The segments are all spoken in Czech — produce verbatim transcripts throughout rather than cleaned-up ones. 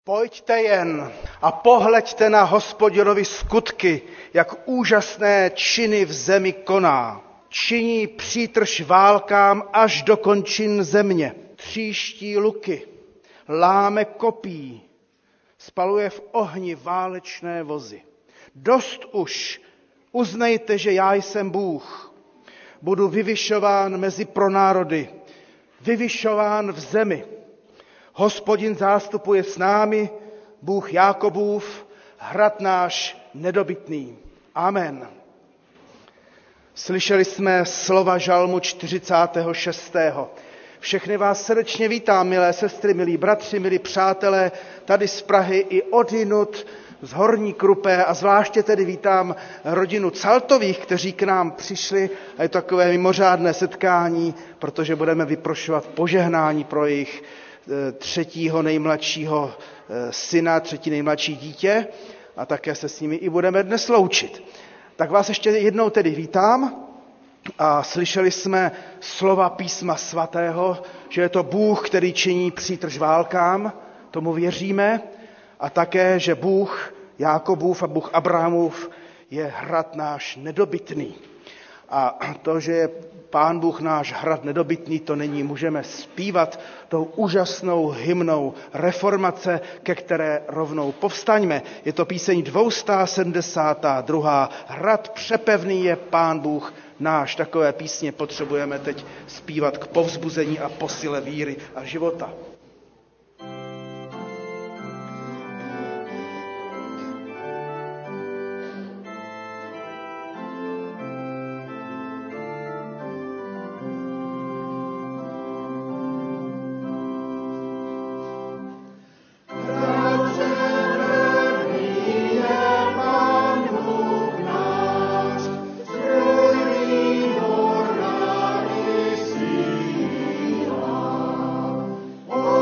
Pojďte jen a pohleďte na Hospodinovi skutky, jak úžasné činy v zemi koná. Činí přítrž válkám až do končin země. Tříští luky, láme kopí, spaluje v ohni válečné vozy. Dost už, uznejte, že já jsem Bůh. Budu vyvyšován mezi pronárody, vyvyšován v zemi. Hospodin zástupuje s námi, Bůh Jákobův, hrad náš nedobytný. Amen. Slyšeli jsme slova žalmu čtyřicátého šestého Všechny vás srdečně vítám, milé sestry, milí bratři, milí přátelé, tady z Prahy i odjinud, z Horní Krupé, a zvláště tedy vítám rodinu Caltových, kteří k nám přišli, a je to takové mimořádné setkání, protože budeme vyprošovat požehnání pro jejich třetího nejmladšího syna, třetí nejmladší dítě, a také se s nimi i budeme dnes loučit. Tak vás ještě jednou tedy vítám a slyšeli jsme slova písma svatého, že je to Bůh, který činí přítrž válkám, tomu věříme, a také, že Bůh Jákobův a Bůh Abrahamův je hrad náš nedobytný. A to, že je Pán Bůh náš hrad nedobytný, to není, můžeme zpívat tou úžasnou hymnou reformace, ke které rovnou povstaňme. Je to píseň dvě stě sedmdesát dva. Hrad přepevný je Pán Bůh náš. Takové písně potřebujeme teď zpívat k povzbuzení a posile víry a života. Oh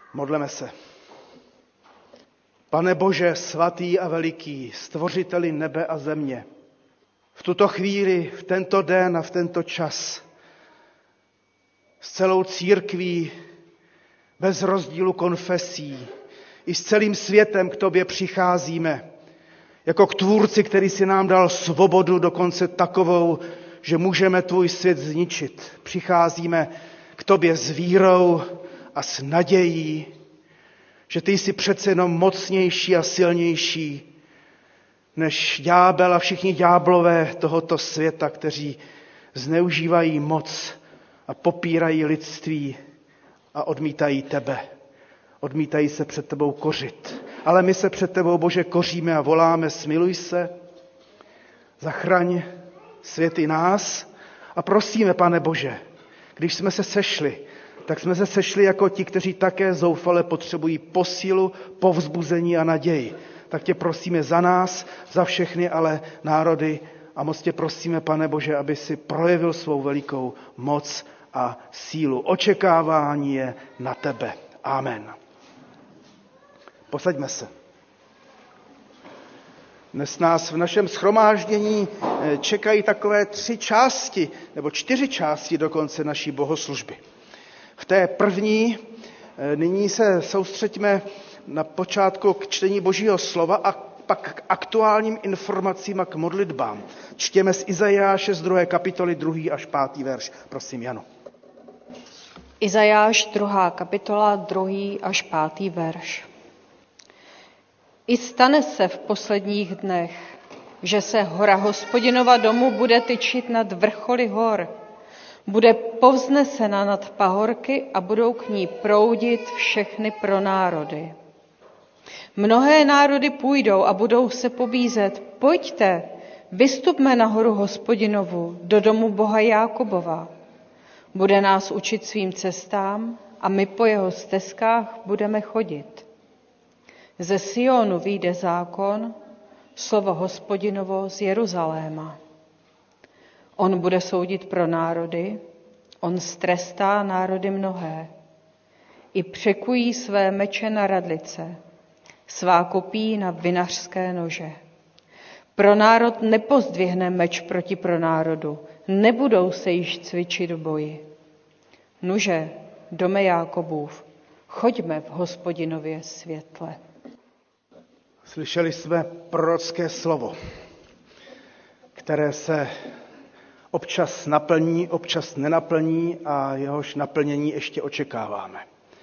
Modleme se. Pane Bože, svatý a veliký, stvořiteli nebe a země, v tuto chvíli, v tento den a v tento čas s celou církví, bez rozdílu konfesí, i s celým světem k tobě přicházíme, jako k tvůrci, který si nám dal svobodu, dokonce takovou, že můžeme tvůj svět zničit. Přicházíme k tobě s vírou a s nadějí, že ty jsi přece jenom mocnější a silnější než ďábel a všichni ďáblové tohoto světa, kteří zneužívají moc a popírají lidství a odmítají tebe. Odmítají se před tebou kořit. Ale my se před tebou, Bože, koříme a voláme, smiluj se, zachraň svět i nás a prosíme, Pane Bože, když jsme se sešli, tak jsme se sešli jako ti, kteří také zoufale potřebují posílu, povzbuzení a naději. Tak tě prosíme za nás, za všechny ale národy a moc tě prosíme, Pane Bože, aby si projevil svou velikou moc a sílu. Očekávání je na tebe. Amen. Posaďme se. Dnes nás v našem shromáždění čekají takové tři části, nebo čtyři části dokonce naší bohoslužby. V té první nyní se soustřeďme na počátku k čtení Božího slova a pak k aktuálním informacím a k modlitbám. Čtěme z Izajáše z druhé kapitoly, druhý až pátý verš. Prosím, Jano. Izajáš, druhá kapitola, druhý až pátý verš. I stane se v posledních dnech, že se hora Hospodinova domu bude tyčit nad vrcholy hor, bude povznesena nad pahorky a budou k ní proudit všechny pronárody. Mnohé národy půjdou a budou se pobízet, pojďte, vystupme na horu Hospodinovu, do domu Boha Jákobova. Bude nás učit svým cestám a my po jeho stezkách budeme chodit. Ze Sionu vyjde zákon, slovo Hospodinovo z Jeruzaléma. On bude soudit pro národy, on strestá národy mnohé. I překují své meče na radlice, svá kopí na vinařské nože. Pro národ nepozdvihne meč proti pronárodu, nebudou se již cvičit v boji. Nuže, dome Jákobův, choďme v Hospodinově světle. Slyšeli jsme prorocké slovo, které se občas naplní, občas nenaplní a jehož naplnění ještě očekáváme.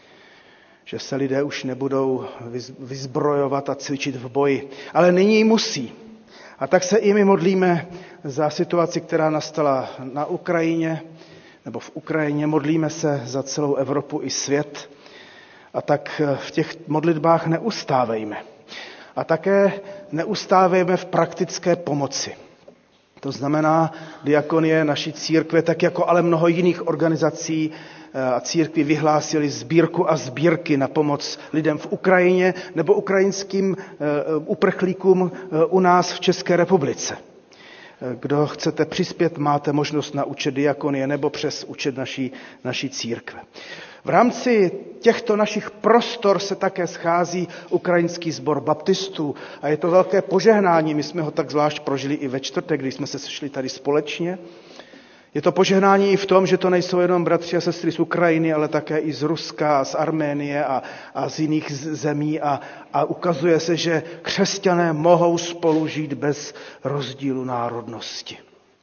Že se lidé už nebudou vyzbrojovat a cvičit v boji, ale nyní musí. A tak se i my modlíme za situaci, která nastala na Ukrajině, nebo v Ukrajině, modlíme se za celou Evropu i svět. A tak v těch modlitbách neustávejme. A také neustávejme v praktické pomoci. To znamená, diakonie naší církve, tak jako ale mnoho jiných organizací a církví vyhlásili sbírku a sbírky na pomoc lidem v Ukrajině nebo ukrajinským uprchlíkům u nás v České republice. Kdo chcete přispět, máte možnost na účet diakonie nebo přes účet naší, naší církve. V rámci těchto našich prostor se také schází ukrajinský sbor baptistů a je to velké požehnání. My jsme ho tak zvlášť prožili i ve čtvrtek, když jsme se sešli tady společně. Je to požehnání i v tom, že to nejsou jenom bratři a sestry z Ukrajiny, ale také i z Ruska, z Arménie a, a z jiných zemí a, a ukazuje se, že křesťané mohou spolu žít bez rozdílu národnosti.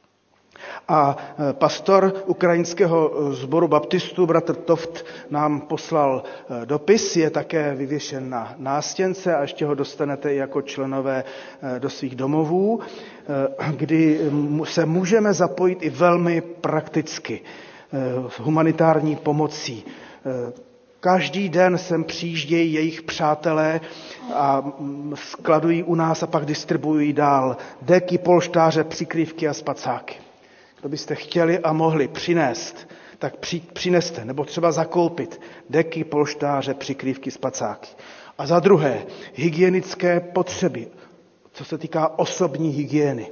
A pastor ukrajinského sboru baptistů, bratr Toft, nám poslal dopis, je také vyvěšen na nástěnce a ještě ho dostanete i jako členové do svých domovů, kdy se můžeme zapojit i velmi prakticky s humanitární pomocí. Každý den sem přijíždějí jejich přátelé a skladují u nás a pak distribuují dál deky, polštáře, přikrývky a spacáky. Kdo byste chtěli a mohli přinést, tak při, přineste, nebo třeba zakoupit deky, polštáře, přikrývky, spacáky. A za druhé, hygienické potřeby, co se týká osobní hygieny.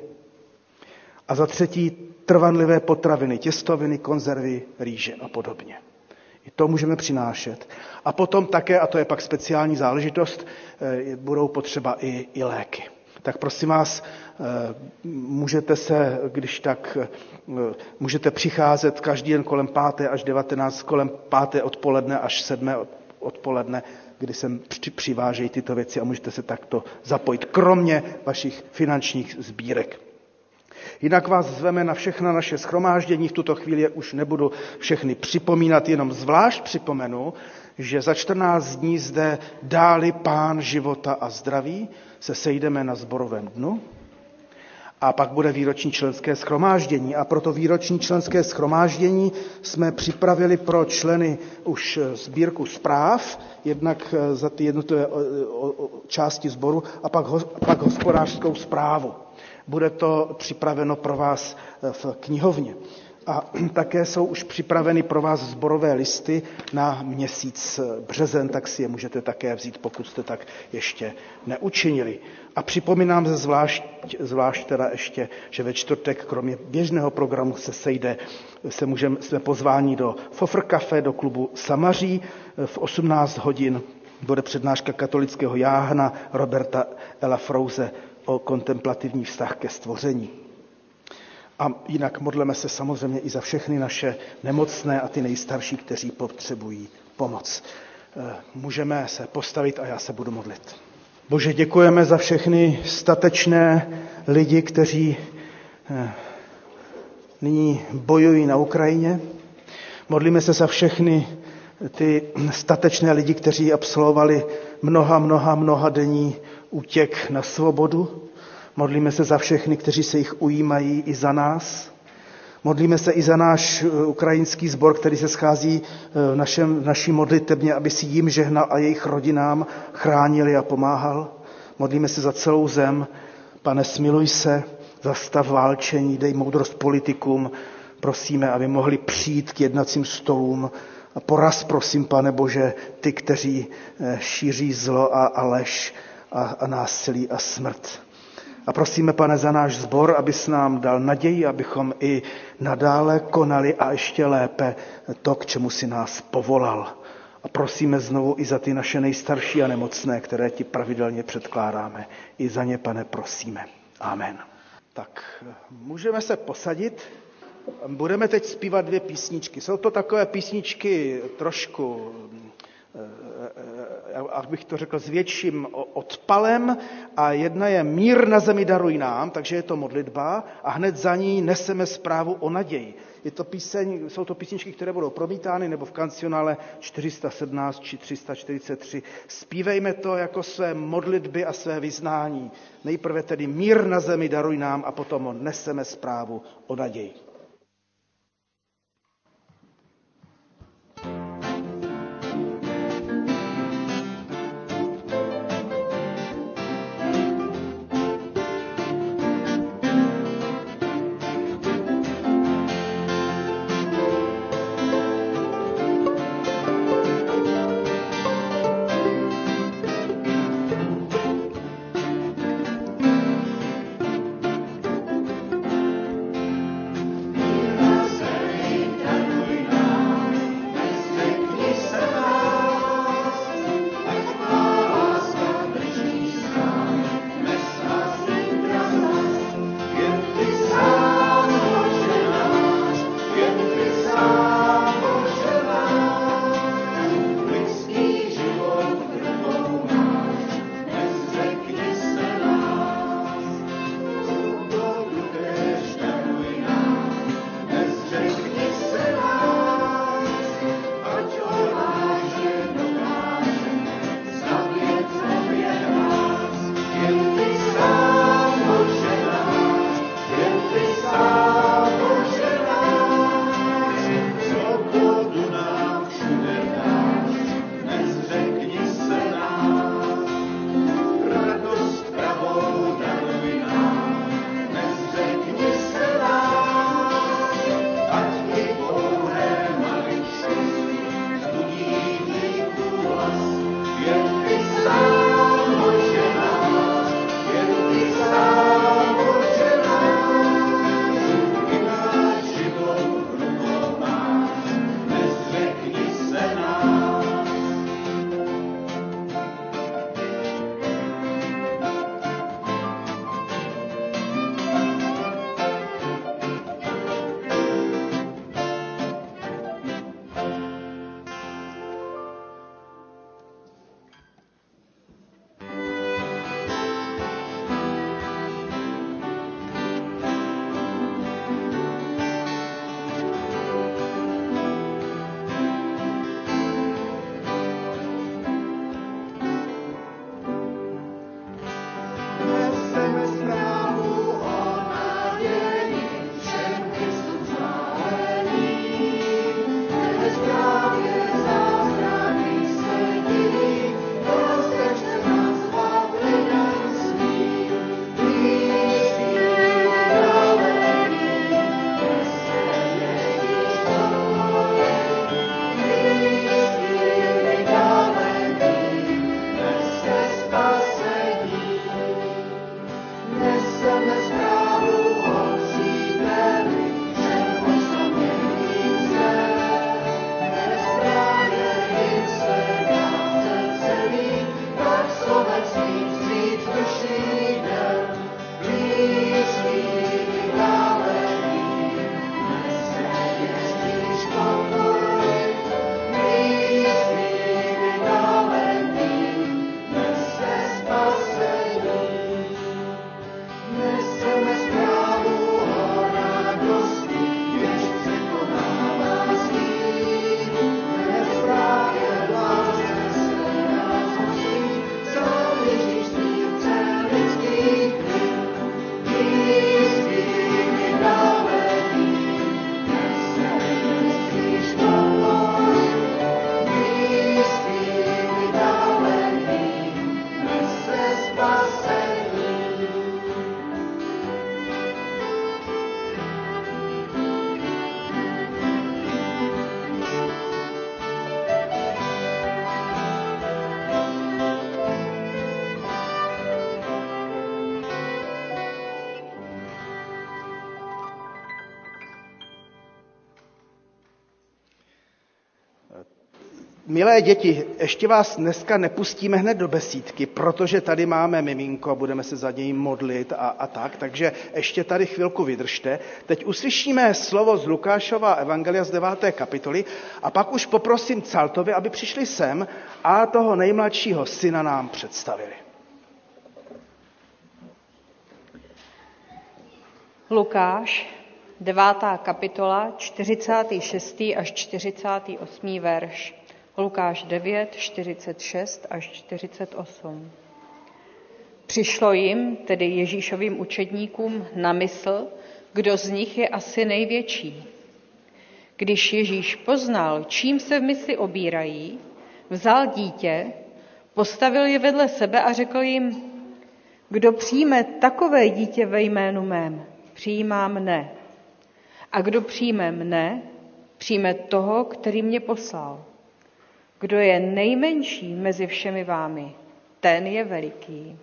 A za třetí, trvanlivé potraviny, těstoviny, konzervy, rýže a podobně. I to můžeme přinášet. A potom také, a to je pak speciální záležitost, budou potřeba i, i léky. Tak prosím vás, můžete se, když tak, můžete přicházet každý den kolem páté až devatenáct, kolem páté odpoledne až sedmé odpoledne, kdy sem přivážejí tyto věci a můžete se takto zapojit, kromě vašich finančních sbírek. Jinak vás zveme na všechna naše shromáždění. V tuto chvíli už nebudu všechny připomínat, jenom zvlášť připomenu, že za čtrnáct dní zde dáli Pán života a zdraví, se sejdeme na sborovém dnu a pak bude výroční členské shromáždění. A proto výroční členské shromáždění jsme připravili pro členy už sbírku zpráv, jednak za ty jednotlivé části sboru a pak, pak hospodářskou zprávu. Bude to připraveno pro vás v knihovně. A také jsou už připraveny pro vás sborové listy na měsíc březen, tak si je můžete také vzít, pokud jste tak ještě neučinili. A připomínám se zvlášť, zvlášť teda ještě, že ve čtvrtek, kromě běžného programu, se sejde, se můžeme, jsme pozváni do Fofr Café, do klubu Samaří. V osmnáct hodin bude přednáška katolického jáhna Roberta Ela Frouze o kontemplativní vztah ke stvoření. A jinak modleme se samozřejmě i za všechny naše nemocné a ty nejstarší, kteří potřebují pomoc. Můžeme se postavit a já se budu modlit. Bože, děkujeme za všechny statečné lidi, kteří nyní bojují na Ukrajině. Modlíme se za všechny ty statečné lidi, kteří absolvovali mnoha, mnoha, mnoha denní útěk na svobodu. Modlíme se za všechny, kteří se jich ujímají, i za nás. Modlíme se i za náš ukrajinský sbor, který se schází v, našem, v naší modlitebně, aby si jim žehnal a jejich rodinám chránili a pomáhal. Modlíme se za celou zem. Pane, smiluj se, zastav válčení, dej moudrost politikům. Prosíme, aby mohli přijít k jednacím stolům. A poraz, prosím, Pane Bože, ty, kteří šíří zlo a, a lež a, a násilí a smrt. A prosíme, Pane, za náš sbor, abys nám dal naději, abychom i nadále konali a ještě lépe to, k čemu si nás povolal. A prosíme znovu i za ty naše nejstarší a nemocné, které ti pravidelně předkládáme. I za ně, Pane, prosíme. Amen. Tak, můžeme se posadit. Budeme teď zpívat dvě písničky. Jsou to takové písničky trošku, jak bych to řekl, s větším odpalem, a jedna je Mír na zemi daruj nám, takže je to modlitba a hned za ní neseme zprávu o naději. Je to píseň, jsou to písničky, které budou promítány nebo v kancionále čtyři sta sedmnáct či tři sta čtyřicet tři. Zpívejme to jako své modlitby a své vyznání. Nejprve tedy Mír na zemi daruj nám a potom neseme zprávu o naději. Milé děti, ještě vás dneska nepustíme hned do besídky, protože tady máme miminko a budeme se za něj modlit a, a tak, takže ještě tady chvilku vydržte. Teď uslyšíme slovo z Lukášova evangelia z deváté kapitoly a pak už poprosím Caltovi, aby přišli sem a toho nejmladšího syna nám představili. Lukáš, devátá kapitola, čtyřicátý šestý až čtyřicátý osmý verš. Lukáš devět, čtyřicet šest až čtyřicet osm. Přišlo jim, tedy Ježíšovým učedníkům, na mysl, kdo z nich je asi největší. Když Ježíš poznal, čím se v mysli obírají, vzal dítě, postavil je vedle sebe a řekl jim, kdo přijme takové dítě ve jménu mém, přijímá mne. A kdo přijme mne, přijme toho, který mě poslal. Kdo je nejmenší mezi všemi vámi, ten je veliký.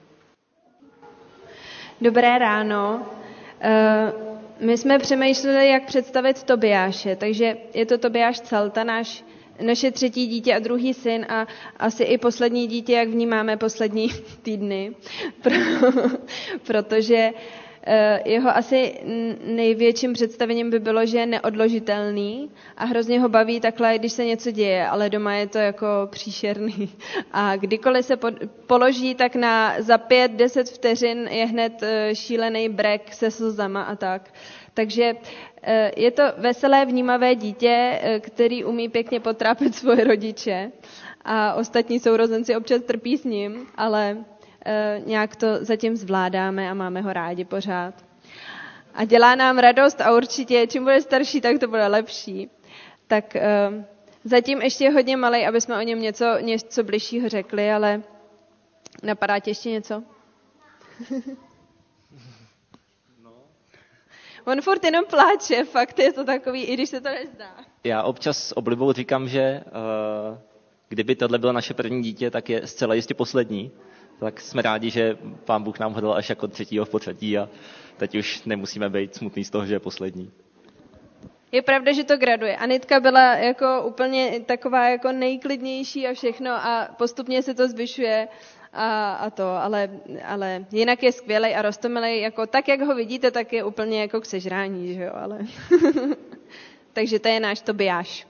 Dobré ráno. My jsme přemýšleli, jak představit Tobiáše, takže je to Tobiáš Calta, náš, naše třetí dítě a druhý syn a asi i poslední dítě, jak vnímáme poslední týdny, protože jeho asi největším představením by bylo, že je neodložitelný a hrozně ho baví takhle, když se něco děje, ale doma je to jako příšerný. A kdykoliv se položí, tak na za pět, deset vteřin je hned šílený brek se slzama a tak. Takže je to veselé, vnímavé dítě, který umí pěkně potrápit svoje rodiče a ostatní sourozenci občas trpí s ním, ale nějak to zatím zvládáme a máme ho rádi pořád. A dělá nám radost a určitě, čím bude starší, tak to bude lepší. Tak uh, zatím ještě je hodně malej, aby jsme o něm něco, něco bližšího řekli, ale napadá tě ještě něco? No. On furt jenom pláče, fakt je to takový, i když se to nezdá. Já občas s oblibou říkám, že uh, kdyby tohle bylo naše první dítě, tak je zcela jistě poslední. Tak jsme rádi, že Pán Bůh nám ho dal až jako třetího v pořadí a teď už nemusíme být smutný z toho, že je poslední. Je pravda, že to graduje. Anitka byla jako úplně taková jako nejklidnější a všechno a postupně se to zvyšuje a, a to, ale, ale jinak je skvělej a roztomilej, jako tak, jak ho vidíte, tak je úplně jako k sežrání, že jo, ale... Takže to je náš Tobiáš.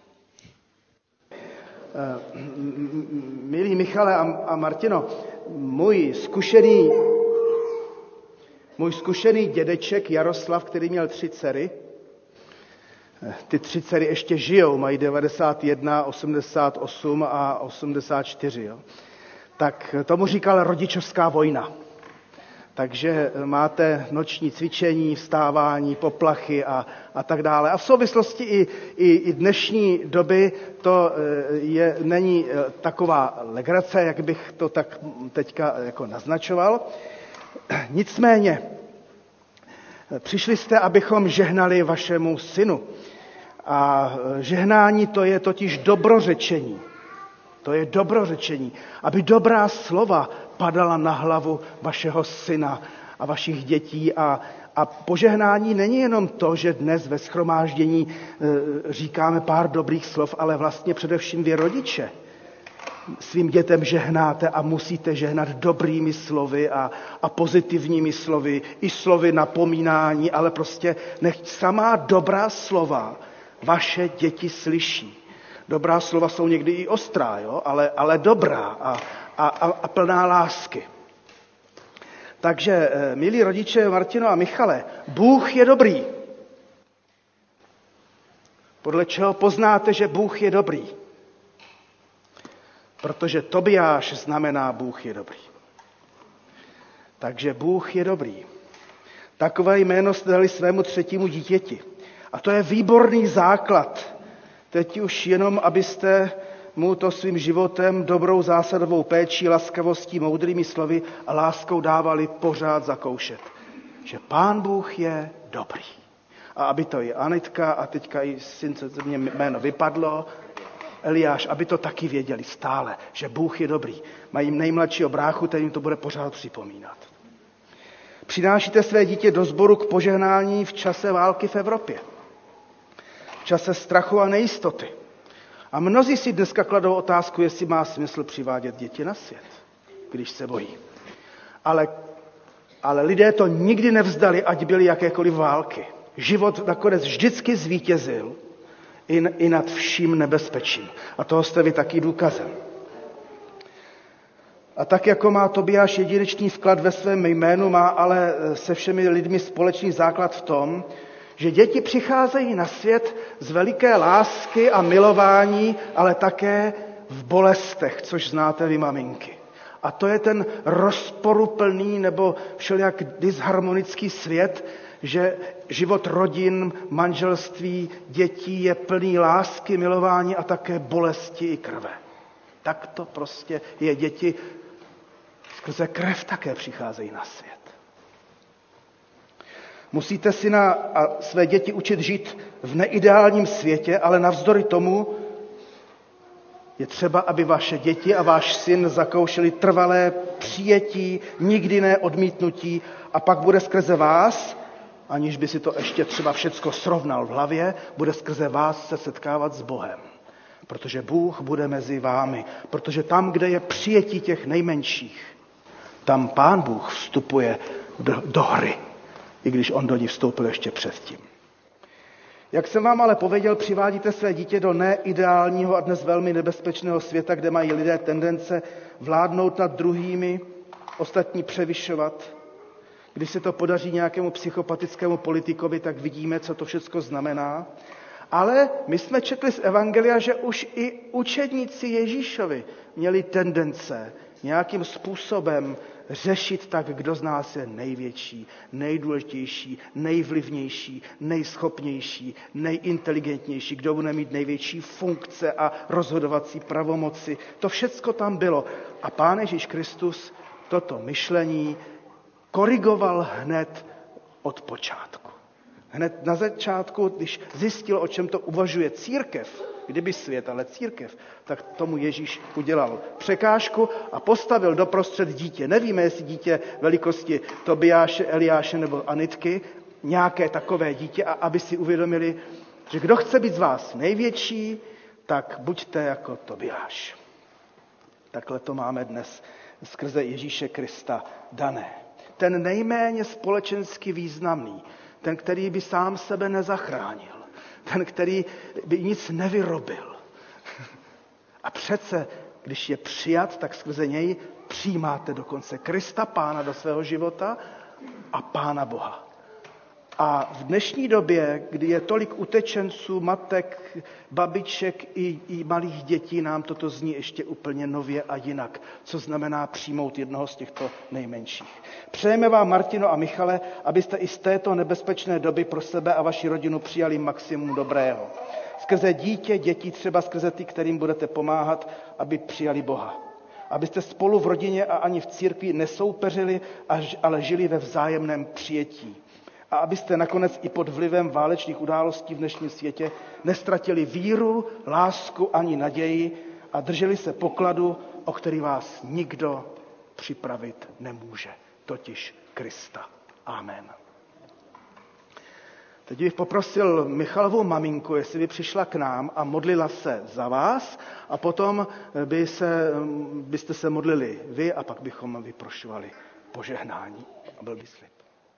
Milí Michale a Martino, můj zkušený, můj zkušený dědeček Jaroslav, který měl tři dcery, ty tři dcery ještě žijou, mají devadesát jedna, osmdesát osm a osmdesát čtyři, jo. Tak tomu říkal rodičovská vojna. Takže máte noční cvičení, vstávání, poplachy a, a tak dále. A v souvislosti i, i, i dnešní doby to je, není taková legrace, jak bych to tak teďka jako naznačoval. Nicméně, přišli jste, abychom žehnali vašemu synu. A žehnání to je totiž dobrořečení. To je dobrořečení, aby dobrá slova padala na hlavu vašeho syna a vašich dětí. A, a požehnání není jenom to, že dnes ve shromáždění e, říkáme pár dobrých slov, ale vlastně především vy rodiče svým dětem žehnáte a musíte žehnat dobrými slovy a, a pozitivními slovy, i slovy napomínání, ale prostě nechť samá dobrá slova vaše děti slyší. Dobrá slova jsou někdy i ostrá, jo? Ale, ale dobrá a, a, a plná lásky. Takže, milí rodiče Martino a Michale, Bůh je dobrý. Podle čeho poznáte, že Bůh je dobrý? Protože Tobiáš znamená Bůh je dobrý. Takže Bůh je dobrý. Takové jméno jste dali svému třetímu dítěti. A to je výborný základ. Teď už jenom, abyste mu to svým životem, dobrou zásadovou péčí, laskavostí, moudrými slovy a láskou dávali pořád zakoušet. Že Pán Bůh je dobrý. A aby to i Anitka a teďka i syn, co mě jméno vypadlo, Eliáš, aby to taky věděli stále, že Bůh je dobrý. Mají nejmladšího bráchu, ten jim to bude pořád připomínat. Přinášíte své dítě do sboru k požehnání v čase války v Evropě. V čase strachu a nejistoty. A mnozí si dneska kladou otázku, jestli má smysl přivádět děti na svět, když se bojí. Ale, ale lidé to nikdy nevzdali, ať byly jakékoliv války. Život nakonec vždycky zvítězil i, i nad vším nebezpečím. A toho jste vy taky důkazem. A tak, jako má Tobiáš jedinečný vklad ve svém jménu, má ale se všemi lidmi společný základ v tom, že děti přicházejí na svět z veliké lásky a milování, ale také v bolestech, což znáte vy, maminky. A to je ten rozporuplný nebo všelijak disharmonický svět, že život rodin, manželství, dětí je plný lásky, milování a také bolesti i krve. Tak to prostě je. Děti skrze krev také přicházejí na svět. Musíte syna a své děti učit žít v neideálním světě, ale navzdory tomu je třeba, aby vaše děti a váš syn zakoušeli trvalé přijetí, nikdy ne odmítnutí, a pak bude skrze vás, aniž by si to ještě třeba všecko srovnal v hlavě, bude skrze vás se setkávat s Bohem. Protože Bůh bude mezi vámi. Protože tam, kde je přijetí těch nejmenších, tam Pán Bůh vstupuje do, do hry, i když on do ní vstoupil ještě předtím. Jak jsem vám ale pověděl, přivádíte své dítě do neideálního a dnes velmi nebezpečného světa, kde mají lidé tendence vládnout nad druhými, ostatní převyšovat. Když se to podaří nějakému psychopatickému politikovi, tak vidíme, co to všechno znamená. Ale my jsme četli z Evangelia, že už i učedníci Ježíšovi měli tendence nějakým způsobem řešit tak, kdo z nás je největší, nejdůležitější, nejvlivnější, nejschopnější, nejinteligentnější, kdo bude mít největší funkce a rozhodovací pravomoci. To všecko tam bylo. A Pán Ježíš Kristus toto myšlení korigoval hned od počátku. Hned na začátku, když zjistil, o čem to uvažuje církev, kdyby svět, ale církev, tak tomu Ježíš udělal překážku a postavil doprostřed dítě. Nevíme, jestli dítě velikosti Tobiáše, Eliáše nebo Anitky, nějaké takové dítě, a aby si uvědomili, že kdo chce být z vás největší, tak buďte jako Tobiáš. Takhle to máme dnes skrze Ježíše Krista dané. Ten nejméně společensky významný, ten, který by sám sebe nezachránil, ten, který by nic nevyrobil. A přece, když je přijat, tak skrze něj přijímáte dokonce Krista, Pána do svého života a Pána Boha. A v dnešní době, kdy je tolik utečenců, matek, babiček i, i malých dětí, nám toto zní ještě úplně nově a jinak. Co znamená přijmout jednoho z těchto nejmenších. Přejeme vám, Martino a Michale, abyste i z této nebezpečné doby pro sebe a vaši rodinu přijali maximum dobrého. Skrze dítě, děti, třeba skrze ty, kterým budete pomáhat, aby přijali Boha. Abyste spolu v rodině a ani v církvi nesoupeřili, ale žili ve vzájemném přijetí. A abyste nakonec i pod vlivem válečných událostí v dnešním světě nestratili víru, lásku ani naději a drželi se pokladu, o který vás nikdo připravit nemůže, totiž Krista. Amen. Teď bych poprosil Michalovu maminku, jestli by přišla k nám a modlila se za vás, a potom by se, byste se modlili vy a pak bychom vyprošovali požehnání. A byl by slib.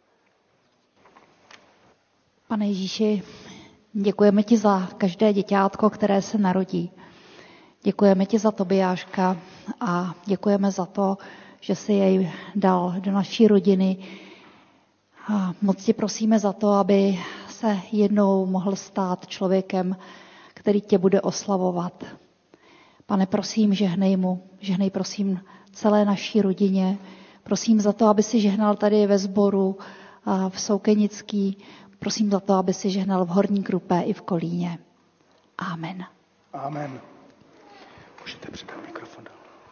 Pane Ježíši, děkujeme ti za každé děťátko, které se narodí. Děkujeme ti za Tobiáška a děkujeme za to, že jsi jej dal do naší rodiny. A moc ti prosíme za to, aby se jednou mohl stát člověkem, který tě bude oslavovat. Pane, prosím, žehnej mu, žehnej prosím celé naší rodině. Prosím za to, aby si žehnal tady ve sboru v Soukenický. Prosím za to, aby si žehnal v Horní Krupé i v Kolíně. Amen. Amen. Můžete předat mikrofon.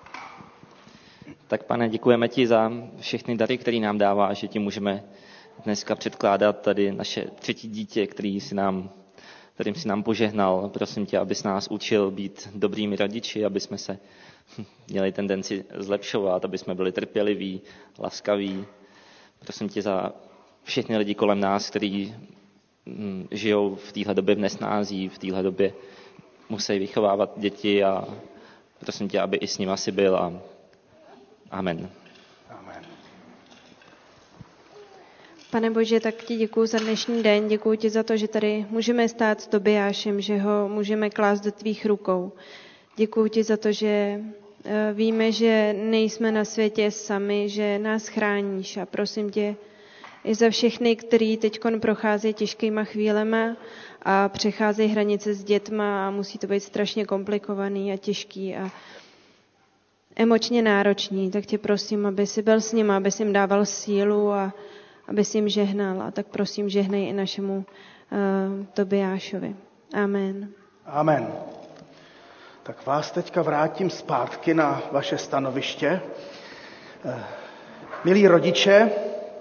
Tak, Pane, děkujeme ti za všechny dary, které nám dává, že ti můžeme dneska předkládat tady naše třetí dítě, který si nám, kterým si nám požehnal. Prosím tě, abys nás učil být dobrými rodiči, aby jsme se měli tendenci zlepšovat, aby jsme byli trpěliví, laskaví. Prosím tě za všechny lidi kolem nás, kteří žijou v téhle době v nesnází, v téhle době musí vychovávat děti a prosím tě, aby i s nimi asi byl a amen. Amen. Pane Bože, tak ti děkuju za dnešní den, děkuju ti za to, že tady můžeme stát s Tobiášem, že ho můžeme klást do tvých rukou. Děkuju ti za to, že víme, že nejsme na světě sami, že nás chráníš a prosím tě i za všechny, kteří teď procházejí těžkýma chvílema a přecházejí hranice s dětma a musí to být strašně komplikovaný a těžký a emočně náročný, tak tě prosím, aby jsi byl s nimi, aby jsi jim dával sílu a aby jsi jim žehnal. A tak prosím, žehnej i našemu uh, Tobiášovi. Amen. Amen. Tak vás teďka vrátím zpátky na vaše stanoviště. Milí rodiče,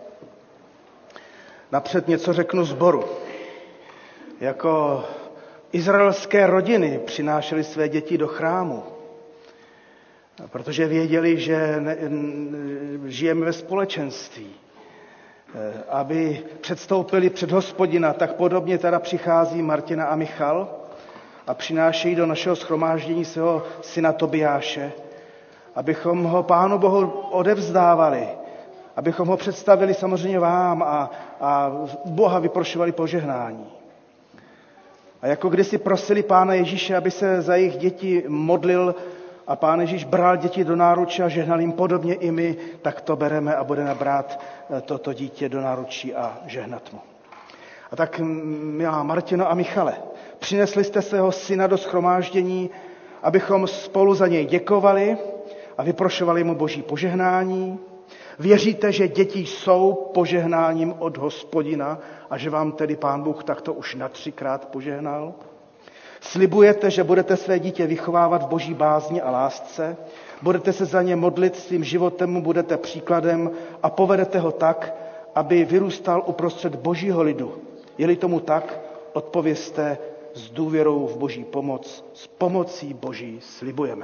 napřed něco řeknu sboru. Jako izraelské rodiny přinášely své děti do chrámu, protože věděli, že ne, žijeme ve společenství. Aby předstoupili před Hospodina, tak podobně teda přichází Martina a Michal a přinášejí do našeho shromáždění svého syna Tobiáše, abychom ho Pánu Bohu odevzdávali, abychom ho představili samozřejmě vám a, a Boha vyprošovali požehnání. A jako kdysi prosili Pána Ježíše, aby se za jejich děti modlil a Pán Ježíš bral děti do náruče a žehnal jim, podobně i my, tak to bereme a budeme brát toto dítě do náručí a žehnat mu. A tak, milá Martino a Michale, přinesli jste svého syna do shromáždění, abychom spolu za něj děkovali a vyprošovali mu boží požehnání. Věříte, že děti jsou požehnáním od Hospodina a že vám tedy Pán Bůh takto už na třikrát požehnal? Slibujete, že budete své dítě vychovávat v boží bázni a lásce, budete se za ně modlit, svým životem mu budete příkladem a povedete ho tak, aby vyrůstal uprostřed božího lidu. Je-li tomu tak, odpovězte s důvěrou v boží pomoc, s pomocí boží slibujeme.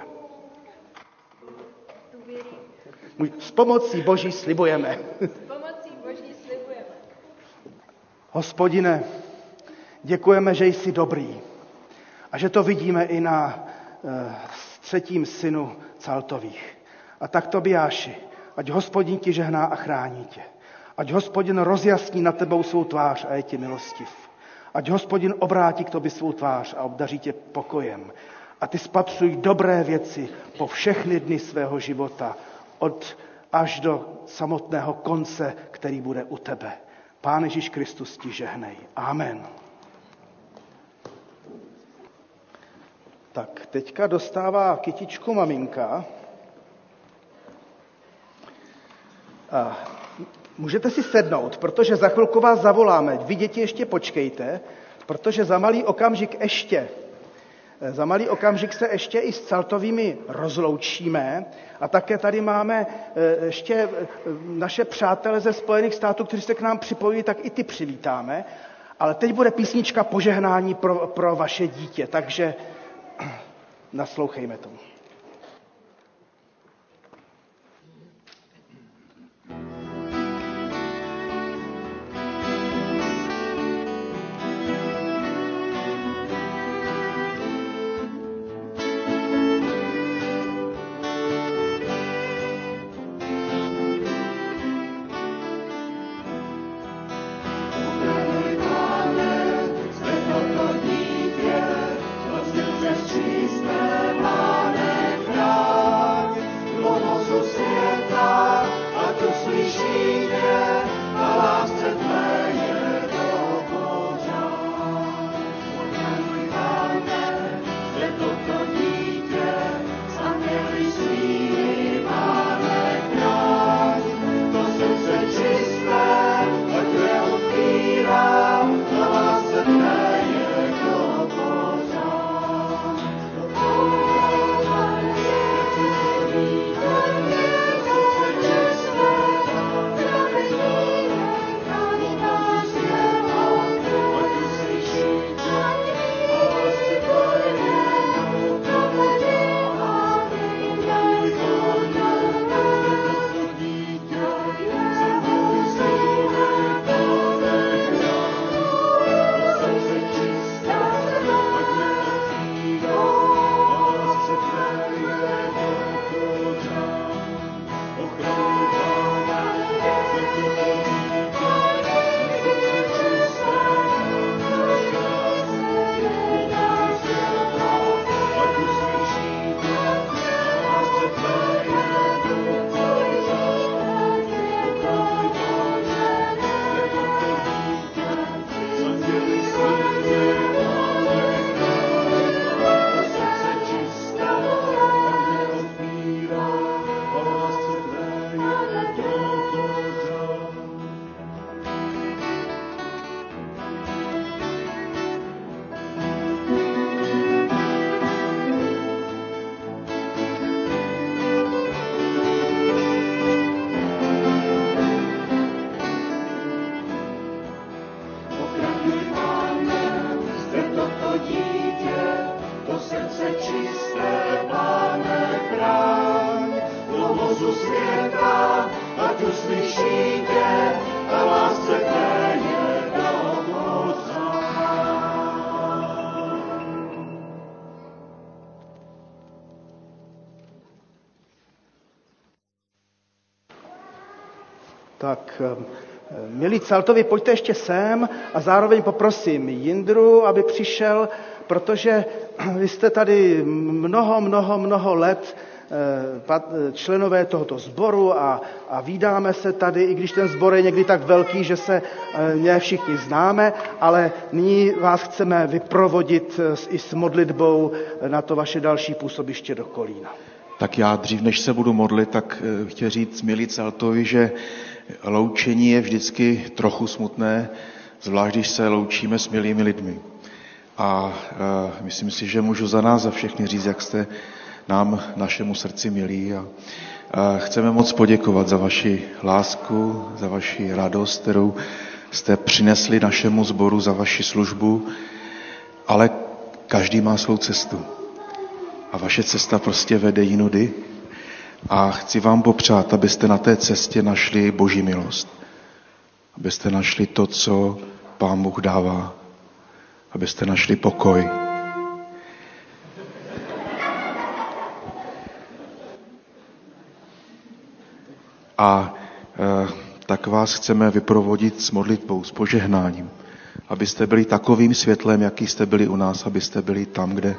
S pomocí boží slibujeme. S pomocí boží slibujeme. Hospodine, děkujeme, že jsi dobrý a že to vidíme i na uh, třetím synu Caltových. A tak Tobiáši, ať Hospodin ti žehná a chrání tě. Ať Hospodin rozjasní nad tebou svou tvář a je ti milostiv. Ať Hospodin obrátí k tobě svou tvář a obdaří tě pokojem. A ty spatřuj dobré věci po všechny dny svého života, od až do samotného konce, který bude u tebe. Pán Ježíš Kristus ti žehnej. Amen. Tak, teďka dostává kytičku maminka. A můžete si sednout, protože za chvilku vás zavoláme. Vy, děti, ještě počkejte, protože za malý okamžik ještě, za malý okamžik se ještě i s Caltovými rozloučíme. A také tady máme ještě naše přátele ze Spojených států, kteří se k nám připojí, tak i ty přivítáme. Ale teď bude písnička požehnání pro, pro vaše dítě, takže naslouchejme tomu. Čisté, Pane, slyšíte a vás chcete je domoci. Tak, milí Celtovi, pojďte ještě sem a zároveň poprosím Jindru, aby přišel, protože vy jste tady mnoho, mnoho, mnoho let členové tohoto sboru a, a vídáme se tady, i když ten sbor je někdy tak velký, že se ne všichni známe, ale nyní vás chceme vyprovodit i s modlitbou na to vaše další působiště do Kolína. Tak já dřív, než se budu modlit, tak chtěl říct milí Celtovi, že loučení je vždycky trochu smutné, zvlášť když se loučíme s milými lidmi. A e, myslím si, že můžu za nás, za všechny říct, jak jste nám, našemu srdci milí. A, a chceme moc poděkovat za vaši lásku, za vaši radost, kterou jste přinesli našemu sboru, za vaši službu, ale každý má svou cestu. A vaše cesta prostě vede jinudy. A chci vám popřát, abyste na té cestě našli Boží milost. Abyste našli to, co Pán Bůh dává. Abyste našli pokoj. A e, tak vás chceme vyprovodit s modlitbou, s požehnáním. Abyste byli takovým světlem, jaký jste byli u nás, abyste byli tam, kde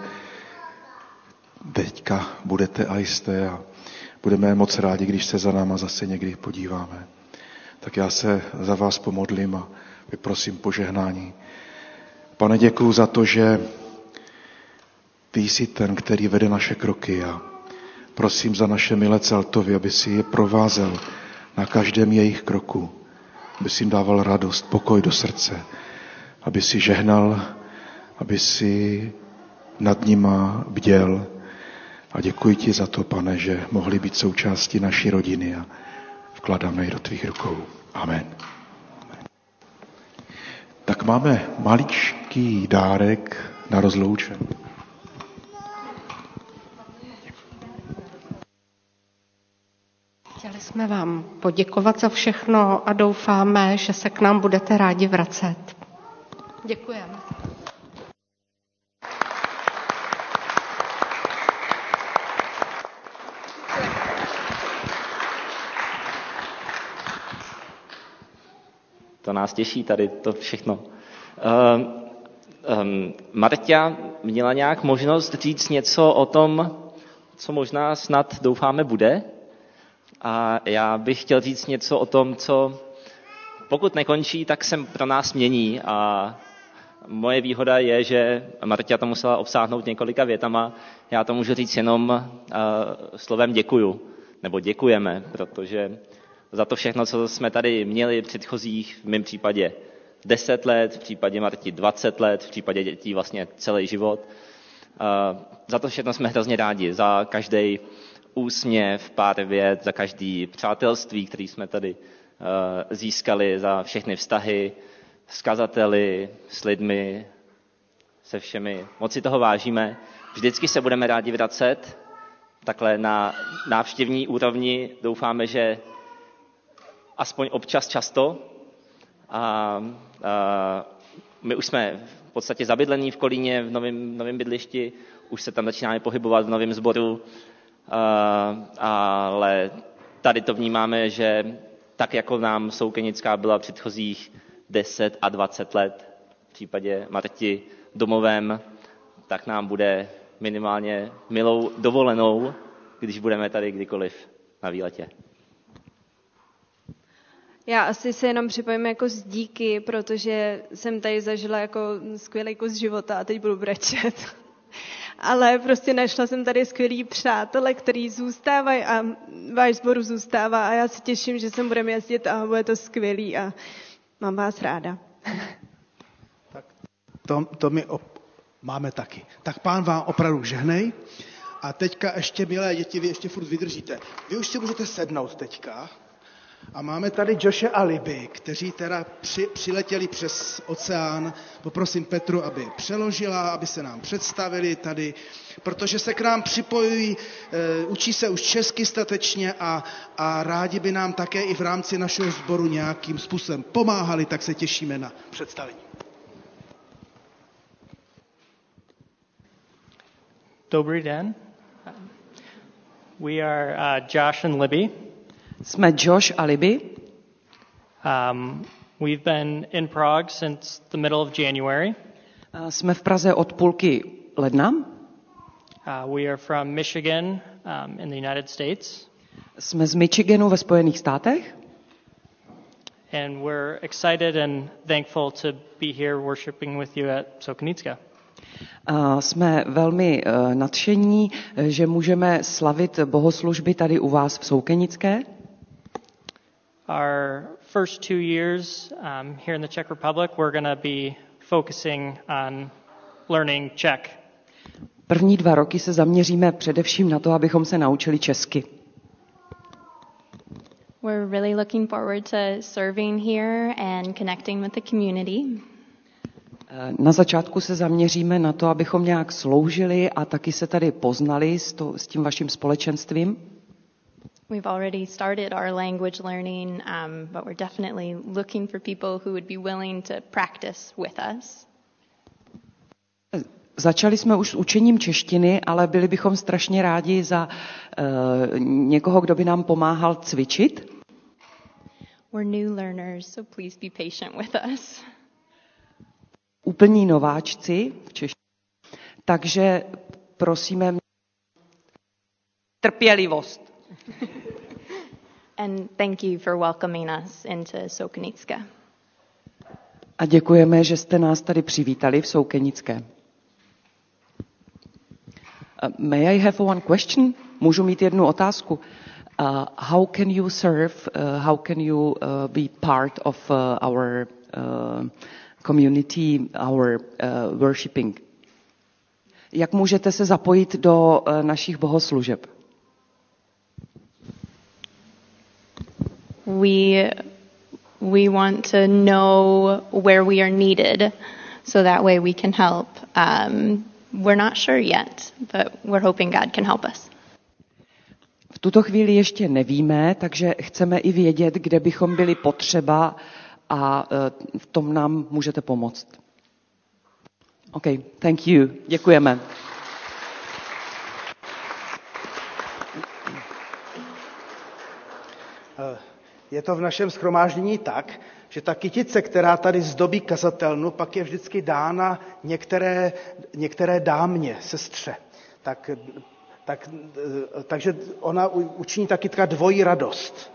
teďka budete a jste. A budeme moc rádi, když se za náma zase někdy podíváme. Tak já se za vás pomodlím a vyprosím požehnání. Pane, děkuju za to, že ty jsi ten, který vede naše kroky, a prosím za naše milé Celtovi, aby si je provázel na každém jejich kroku, aby si jim dával radost, pokoj do srdce, aby si žehnal, aby si nad nima bděl. A děkuji ti za to, Pane, že mohli být součástí naší rodiny a vkládáme je do tvých rukou. Amen. Tak máme maličký dárek na rozloučení. Chtěli jsme vám poděkovat za všechno a doufáme, že se k nám budete rádi vracet. Děkujeme. To nás těší tady to všechno. Uh, um, Marta měla nějak možnost říct něco o tom, co možná snad doufáme bude. A já bych chtěl říct něco o tom, co pokud nekončí, tak se pro nás mění. A moje výhoda je, že Marta to musela obsáhnout několika větama. Já to můžu říct jenom uh, slovem děkuju, nebo děkujeme, protože za to všechno, co jsme tady měli v předchozích, v mém případě deset let, v případě Marti dvacet let, v případě dětí vlastně celý život. Uh, za to všechno jsme hrozně rádi, za každý úsměv, pár vět, za každý přátelství, který jsme tady uh, získali, za všechny vztahy s kazateli, s lidmi, se všemi. Moc si toho vážíme. Vždycky se budeme rádi vracet, takhle na návštěvní úrovni. Doufáme, že aspoň občas často. A, a my už jsme v podstatě zabydlení v Kolíně, v novém, novém bydlišti, už se tam začínáme pohybovat v novém sboru, a, ale tady to vnímáme, že tak jako nám Soukenická byla předchozích deset a dvacet let, v případě Marti domovem, tak nám bude minimálně milou dovolenou, když budeme tady kdykoliv na výletě. Já asi se jenom připojím jako z díky, protože jsem tady zažila jako skvělý kus života a teď budu brečet. Ale prostě našla jsem tady skvělý přátele, který zůstávají a váš sbor zůstává a já se těším, že sem budeme jezdit a bude to skvělý a mám vás ráda. Tak to, to my op- máme taky. Tak Pán vám opravdu žehnej. A teďka ještě, milé děti, vy ještě furt vydržíte. Vy už si můžete sednout teďka. A máme tady Joshe a Liby, kteří teda při, přiletěli přes oceán. Poprosím Petru, aby přeložila, aby se nám představili tady, protože se k nám připojují, e, učí se už česky statečně a, a rádi by nám také i v rámci našeho sboru nějakým způsobem pomáhali, tak se těšíme na představení. Dobrý den. We are uh, Josh and Libby. Jsme Josh a Libby. Um, we've been in Prague since the middle of January. Uh, jsme v Praze od půlky ledna. Uh, we are from Michigan um, in the United States. Jsme z Michiganu ve Spojených státech. And we're excited and thankful to be here worshiping with you at Sokonická. Uh, jsme velmi uh, nadšení, že můžeme slavit bohoslužby tady u vás v Soukenické. Our first two years um, here in the Czech Republic, we're going to be focusing on learning Czech. První dva roky se zaměříme především na to, abychom se naučili česky. We're really looking forward to serving here and connecting with the community. Na začátku se zaměříme na to, abychom nějak sloužili a taky se tady poznali s, to, s tím vaším společenstvím. We've already started our language learning, um, but we're definitely looking for people who would be willing to practice with us. Začali jsme už s učením češtiny, ale byli bychom strašně rádi za uh, někoho, kdo by nám pomáhal cvičit. We're new learners, so please be patient with us. Úplní nováčci v češtině, takže prosíme trpělivost. And thank you for welcoming us into Sokonická. A děkujeme, že jste nás tady přivítali v Soukenické. Uh, may I have one question? Můžu mít jednu otázku? Uh, how can you serve, uh, how can you uh, be part of uh, our uh, community, our uh, worshiping? Jak můžete se zapojit do uh, našich bohoslužeb? We we want to know where we are needed, so that way we can help. Um, we're not sure yet, but we're hoping God can help us. V tuto chvíli ještě nevíme, takže chceme i vědět, kde bychom byli potřeba a uh, v tom nám můžete pomoct. OK, thank you. Děkujeme. Je to v našem shromáždění tak, že ta kytice, která tady zdobí kazatelnu, pak je vždycky dána některé, některé dámě, sestře. Tak, tak, takže ona učiní ta kytka dvojí radost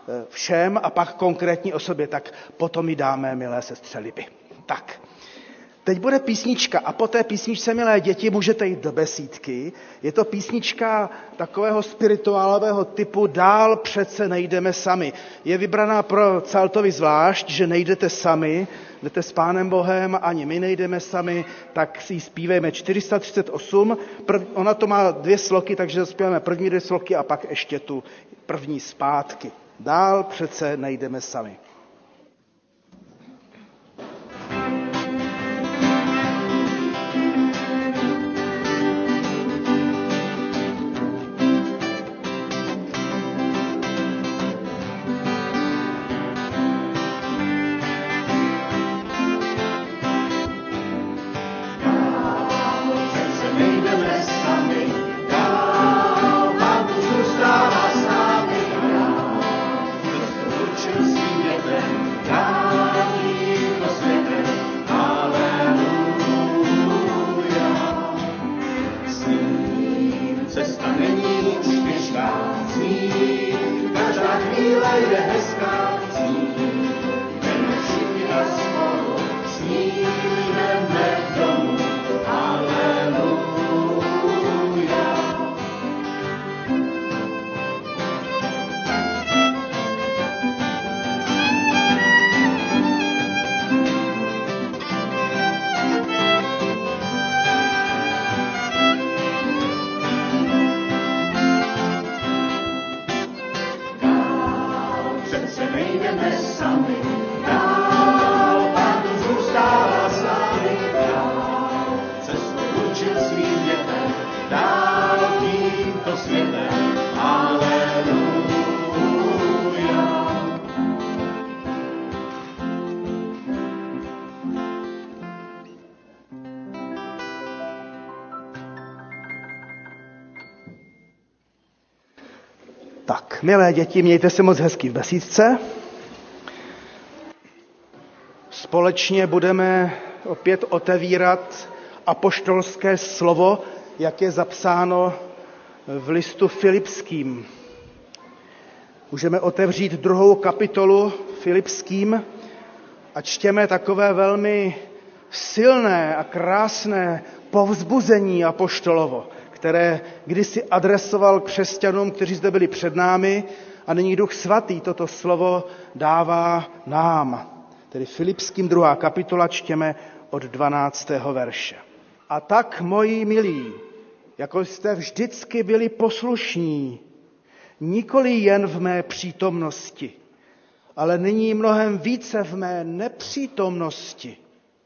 všem a pak konkrétní osobě, tak potom ji dáme, milé sestře Liby. Tak, teď bude písnička a po té písničce, milé děti, můžete jít do besídky. Je to písnička takového spirituálového typu Dál přece nejdeme sami. Je vybraná pro Caltovi zvlášť, že nejdete sami, jdete s Pánem Bohem, ani my nejdeme sami, tak si ji zpívejme. čtyři sta třicet osm, prv, ona to má dvě sloky, takže zpíváme první dvě sloky a pak ještě tu první zpátky. Dál přece nejdeme sami. Přece Tak, milé děti, mějte se moc hezky v besídce. Společně budeme opět otevírat apoštolské slovo, jak je zapsáno v listu Filipským. Můžeme otevřít druhou kapitolu Filipským a čtěme takové velmi silné a krásné povzbuzení apoštolovo, které kdysi adresoval křesťanům, kteří zde byli před námi, a nyní Duch Svatý toto slovo dává nám. Tedy Filipským druhá kapitola čtěme od dvanáctého verše. A tak, moji milí, jako jste vždycky byli poslušní, nikoli jen v mé přítomnosti, ale nyní mnohem více v mé nepřítomnosti,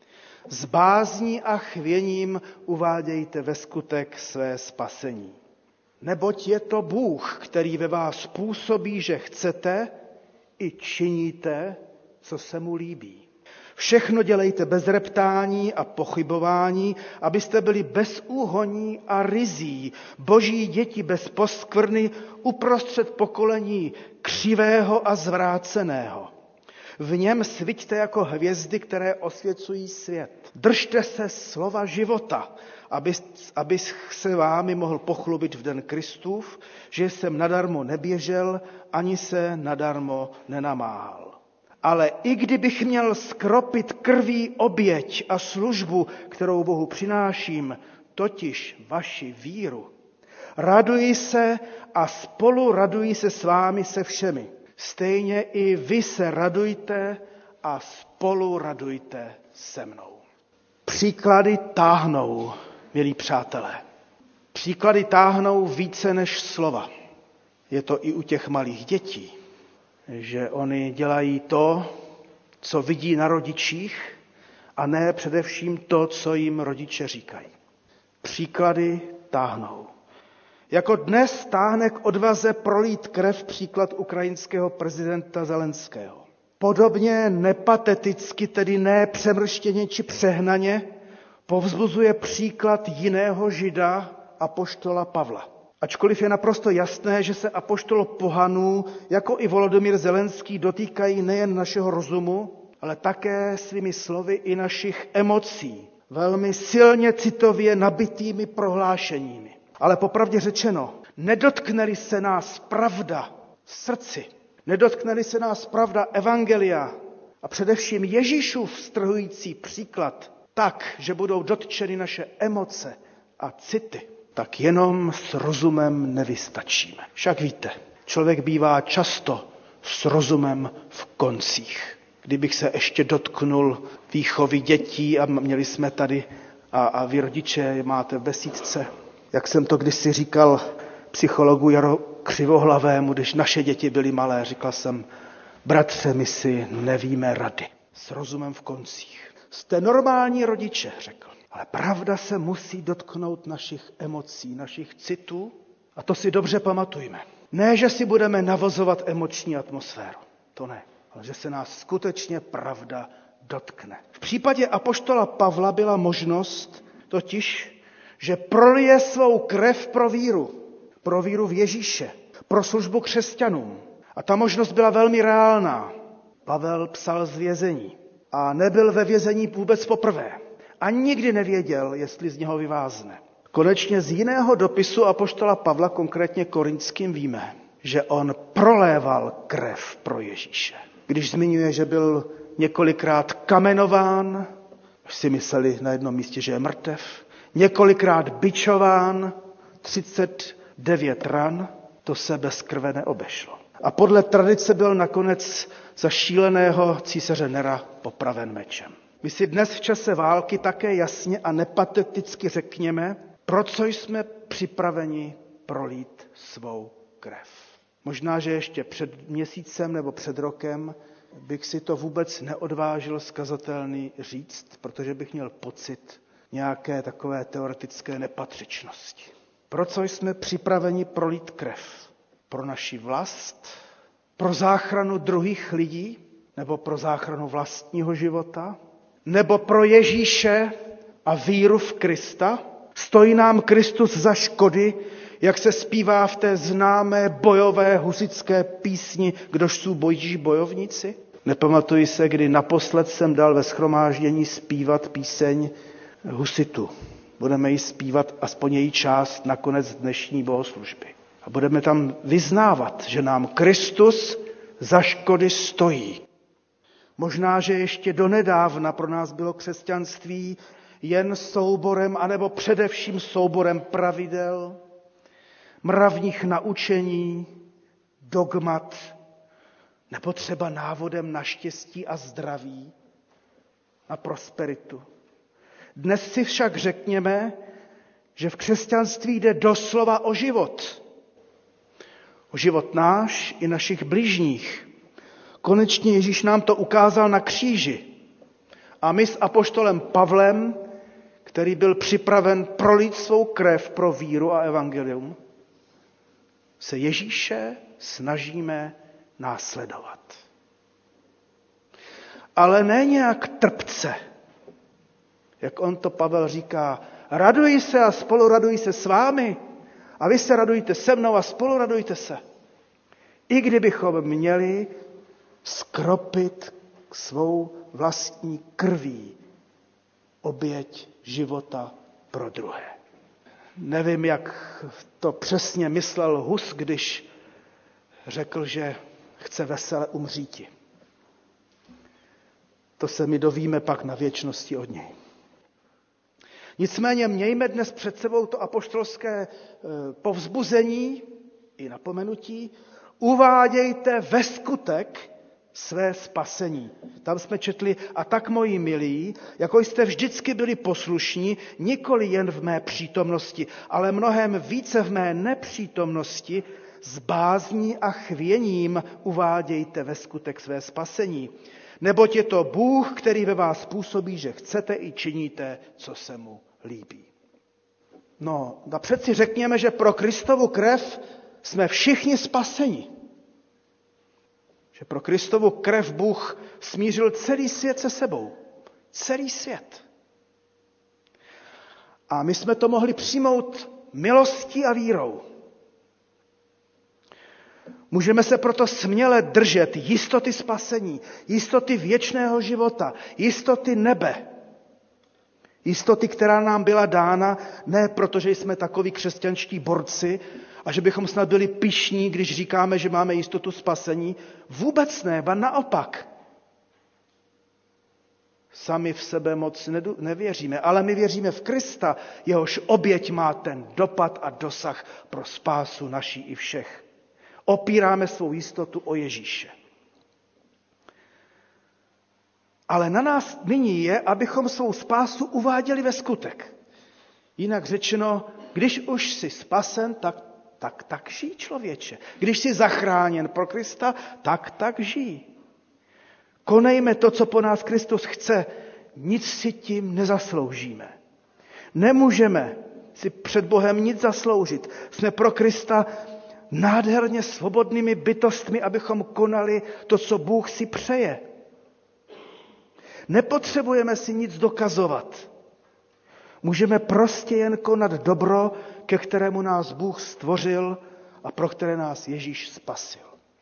s bázní a chvěním uvádějte ve skutek své spasení. Neboť je to Bůh, který ve vás působí, že chcete i činíte, co se mu líbí. Všechno dělejte bez reptání a pochybování, abyste byli bez úhoní a rizí, boží děti bez poskvrny uprostřed pokolení křivého a zvráceného. V něm sviťte jako hvězdy, které osvěcují svět. Držte se slova života, aby, aby se vámi mohl pochlubit v den Kristův, že jsem nadarmo neběžel, ani se nadarmo nenamáhal. Ale i kdybych měl skropit krví oběť a službu, kterou Bohu přináším, totiž vaši víru, raduji se a spolu raduji se s vámi se všemi. Stejně i vy se radujte a spolu radujte se mnou. Příklady táhnou, milí přátelé. Příklady táhnou více než slova. Je to i u těch malých dětí, že oni dělají to, co vidí na rodičích, a ne především to, co jim rodiče říkají. Příklady táhnou. Jako dnes táhne k odvaze prolít krev příklad ukrajinského prezidenta Zelenského. Podobně nepateticky, tedy ne přemrštěně či přehnaně, povzbuzuje příklad jiného Žida, apoštola Pavla. Ačkoliv je naprosto jasné, že se apoštol pohanů, jako i Volodymyr Zelenský, dotýkají nejen našeho rozumu, ale také svými slovy i našich emocí, velmi silně citově nabitými prohlášeními. Ale popravdě řečeno, nedotkne-li se nás pravda v srdci, nedotkne-li se nás pravda evangelia a především Ježíšův strhující příklad tak, že budou dotčeny naše emoce a city, tak jenom s rozumem nevystačíme. Však víte, člověk bývá často s rozumem v koncích. Kdybych se ještě dotknul výchovy dětí a měli jsme tady a, a vy rodiče máte v besídce, jak jsem to kdysi říkal psychologu Jaro Křivohlavému, když naše děti byly malé, říkal jsem, bratře, my si nevíme rady. S rozumem v koncích. Jste normální rodiče, řekl. Ale pravda se musí dotknout našich emocí, našich citů, a to si dobře pamatujme. Ne, že si budeme navozovat emoční atmosféru, to ne, ale že se nás skutečně pravda dotkne. V případě apoštola Pavla byla možnost totiž, že prolije svou krev pro víru, pro víru v Ježíše, pro službu křesťanům. A ta možnost byla velmi reálná. Pavel psal z vězení a nebyl ve vězení vůbec poprvé. A nikdy nevěděl, jestli z něho vyvázne. Konečně z jiného dopisu apoštola Pavla, konkrétně Korinským, víme, že on proléval krev pro Ježíše. Když zmiňuje, že byl několikrát kamenován, si mysleli na jednom místě, že je mrtev, několikrát bičován, třicet devět ran, to se bez krve neobešlo. A podle tradice byl nakonec za šíleného císaře Nera popraven mečem. My si dnes v čase války také jasně a nepateticky řekněme, pro co jsme připraveni prolít svou krev. Možná, že ještě před měsícem nebo před rokem bych si to vůbec neodvážil skazatelný říct, protože bych měl pocit nějaké takové teoretické nepatřičnosti. Pro co jsme připraveni prolít krev? Pro naši vlast? Pro záchranu druhých lidí? Nebo pro záchranu vlastního života? Nebo pro Ježíše a víru v Krista? Stojí nám Kristus za škody, jak se zpívá v té známé bojové husitské písni Kdož jsou boží bojovníci? Nepamatuji se, kdy naposled jsem dal ve shromáždění zpívat píseň husitu. Budeme ji zpívat aspoň její část na konec dnešní bohoslužby. A budeme tam vyznávat, že nám Kristus za škody stojí. Možná, že ještě donedávna pro nás bylo křesťanství jen souborem, anebo především souborem pravidel, mravních naučení, dogmat, nebo třeba návodem na štěstí a zdraví, na prosperitu. Dnes si však řekněme, že v křesťanství jde doslova o život. O život náš i našich bližních. Konečně Ježíš nám to ukázal na kříži. A my s apoštolem Pavlem, který byl připraven prolít svou krev pro víru a evangelium, se Ježíše snažíme následovat. Ale ne nějak trpce, jak on to Pavel říká, raduj se a spolu raduj se s vámi a vy se radujte se mnou a spolu radujte se. I kdybychom měli skropit svou vlastní krví oběť života pro druhé. Nevím, jak to přesně myslel Hus, když řekl, že chce vesele umříti. To se my dovíme pak na věčnosti od něj. Nicméně mějme dnes před sebou to apoštolské povzbuzení i napomenutí. Uvádějte ve skutek své spasení. Tam jsme četli, a tak moji milí, jako jste vždycky byli poslušní, nikoli jen v mé přítomnosti, ale mnohem více v mé nepřítomnosti, s bázní a chvěním uvádějte ve skutek své spasení. Neboť je to Bůh, který ve vás působí, že chcete i činíte, co se mu líbí. No, a přeci řekněme, že pro Kristovu krev jsme všichni spaseni. Že pro Kristovu krev Bůh smířil celý svět se sebou. Celý svět. A my jsme to mohli přijmout milostí a vírou. Můžeme se proto směle držet jistoty spasení, jistoty věčného života, jistoty nebe. Jistoty, která nám byla dána, ne proto, že jsme takoví křesťanští borci a že bychom snad byli pyšní, když říkáme, že máme jistotu spasení. Vůbec ne, ba naopak. Sami v sebe moc nevěříme, ale my věříme v Krista, jehož oběť má ten dopad a dosah pro spásu naší i všech. Opíráme svou jistotu o Ježíše. Ale na nás nyní je, abychom svou spásu uváděli ve skutek. Jinak řečeno, když už jsi spasen, tak tak, tak žij, člověče. Když jsi zachráněn pro Krista, tak tak žij. Konejme to, co po nás Kristus chce. Nic si tím nezasloužíme. Nemůžeme si před Bohem nic zasloužit. Jsme pro Krista nádherně svobodnými bytostmi, abychom konali to, co Bůh si přeje. Nepotřebujeme si nic dokazovat. Můžeme prostě jen konat dobro, ke kterému nás Bůh stvořil a pro které nás Ježíš spasil.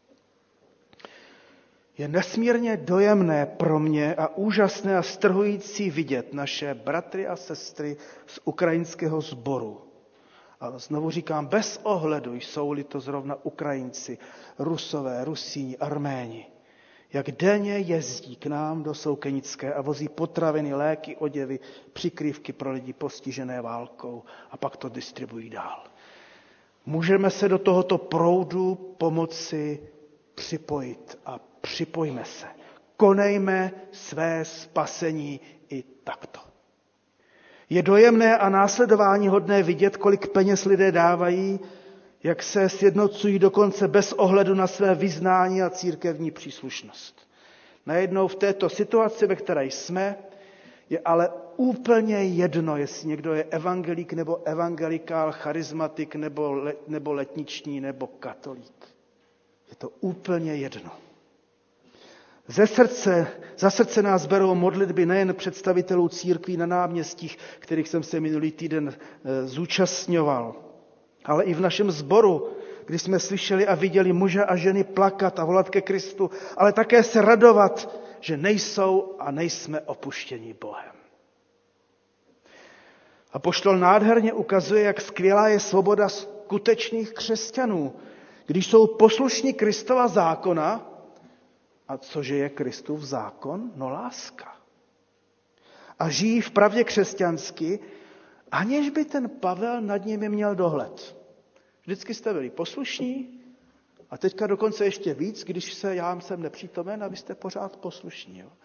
Je nesmírně dojemné pro mě a úžasné a strhující vidět naše bratry a sestry z ukrajinského sboru. A znovu říkám, bez ohledu, jsou-li to zrovna Ukrajinci, Rusové, Rusíni, Arméni, jak denně jezdí k nám do Soukenické a vozí potraviny, léky, oděvy, přikrývky pro lidi postižené válkou a pak to distribuují dál. Můžeme se do tohoto proudu pomoci připojit a připojme se. Konejme své spasení i takto. Je dojemné a následování hodné vidět, kolik peněz lidé dávají, jak se sjednocují dokonce bez ohledu na své vyznání a církevní příslušnost. Najednou v této situaci, ve které jsme, je ale úplně jedno, jestli někdo je evangelík nebo evangelikál, charismatik nebo, le, nebo letniční nebo katolík. Je to úplně jedno. Ze srdce, za srdce nás berou modlitby nejen představitelů církví na náměstích, kterých jsem se minulý týden zúčastňoval, ale i v našem sboru, když jsme slyšeli a viděli muže a ženy plakat a volat ke Kristu, ale také se radovat, že nejsou a nejsme opuštěni Bohem. Apoštol nádherně ukazuje, jak skvělá je svoboda skutečných křesťanů, když jsou poslušní Kristova zákona. A cože je Kristův zákon? No láska. A žijí v pravdě křesťansky, aniž by ten Pavel nad nimi měl dohled. Vždycky jste byli poslušní a teďka dokonce ještě víc, když se já jsem nepřítomen, a vy jste pořád poslušní. Jo?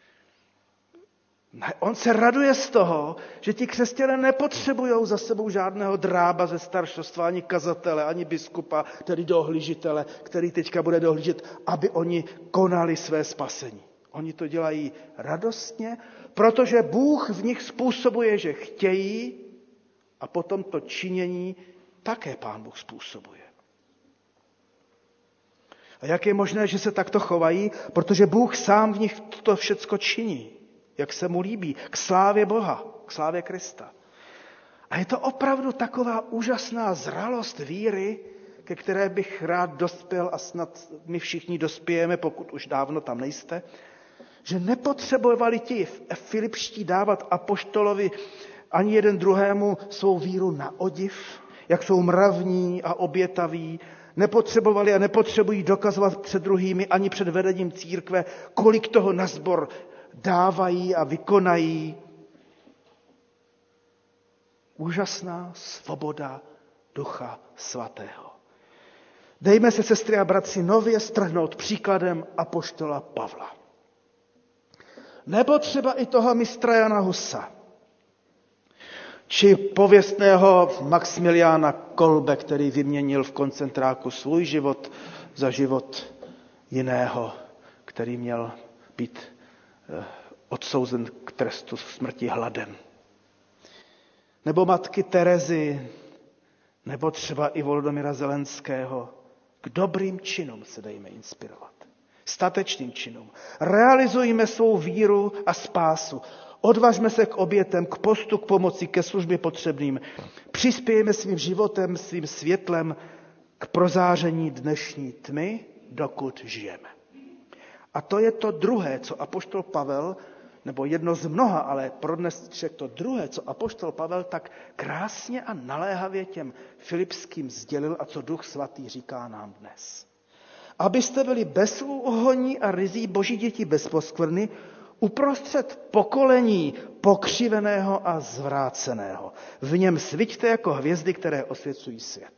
On se raduje z toho, že ti křesťané nepotřebují za sebou žádného drába ze staršostva, ani kazatele, ani biskupa, tedy dohlížitele, který teďka bude dohlížet, aby oni konali své spasení. Oni to dělají radostně, protože Bůh v nich způsobuje, že chtějí, a potom to činění také Pán Bůh způsobuje. A jak je možné, že se takto chovají? Protože Bůh sám v nich to všecko činí, jak se mu líbí, k slávě Boha, k slávě Krista. A je to opravdu taková úžasná zralost víry, ke které bych rád dospěl a snad my všichni dospějeme, pokud už dávno tam nejste, že nepotřebovali ti Filipští dávat apoštolovi ani jeden druhému svou víru na odiv, jak jsou mravní a obětaví, nepotřebovali a nepotřebují dokazovat před druhými ani před vedením církve, kolik toho na sbor dávají a vykonají. Úžasná svoboda Ducha Svatého. Dejme se, sestry a bratři, nově strhnout příkladem apoštola Pavla. Nebo třeba i toho mistra Jana Husa, či pověstného Maximiliána Kolbe, který vyměnil v koncentráku svůj život za život jiného, který měl být odsouzen k trestu smrti hladem. Nebo matky Terezy, nebo třeba i Volodymyra Zelenského. K dobrým činům se dejme inspirovat. Statečným činům. Realizujme svou víru a spásu. Odvažme se k obětem, k postu, k pomoci, ke službě potřebným. Přispějeme svým životem, svým světlem k prozáření dnešní tmy, dokud žijeme. A to je to druhé, co apoštol Pavel, nebo jedno z mnoha, ale pro dnešek to druhé, co apoštol Pavel tak krásně a naléhavě těm Filipským sdělil a co Duch Svatý říká nám dnes. Abyste byli bezúhonní a ryzí Boží děti bez poskvrny, uprostřed pokolení pokřiveného a zvráceného. V něm sviťte jako hvězdy, které osvěcují svět.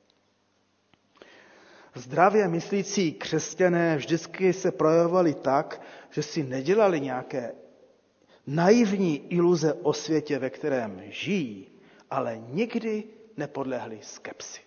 Zdravě myslící křesťané vždycky se projevovali tak, že si nedělali nějaké naivní iluze o světě, ve kterém žijí, ale nikdy nepodlehli skepsi.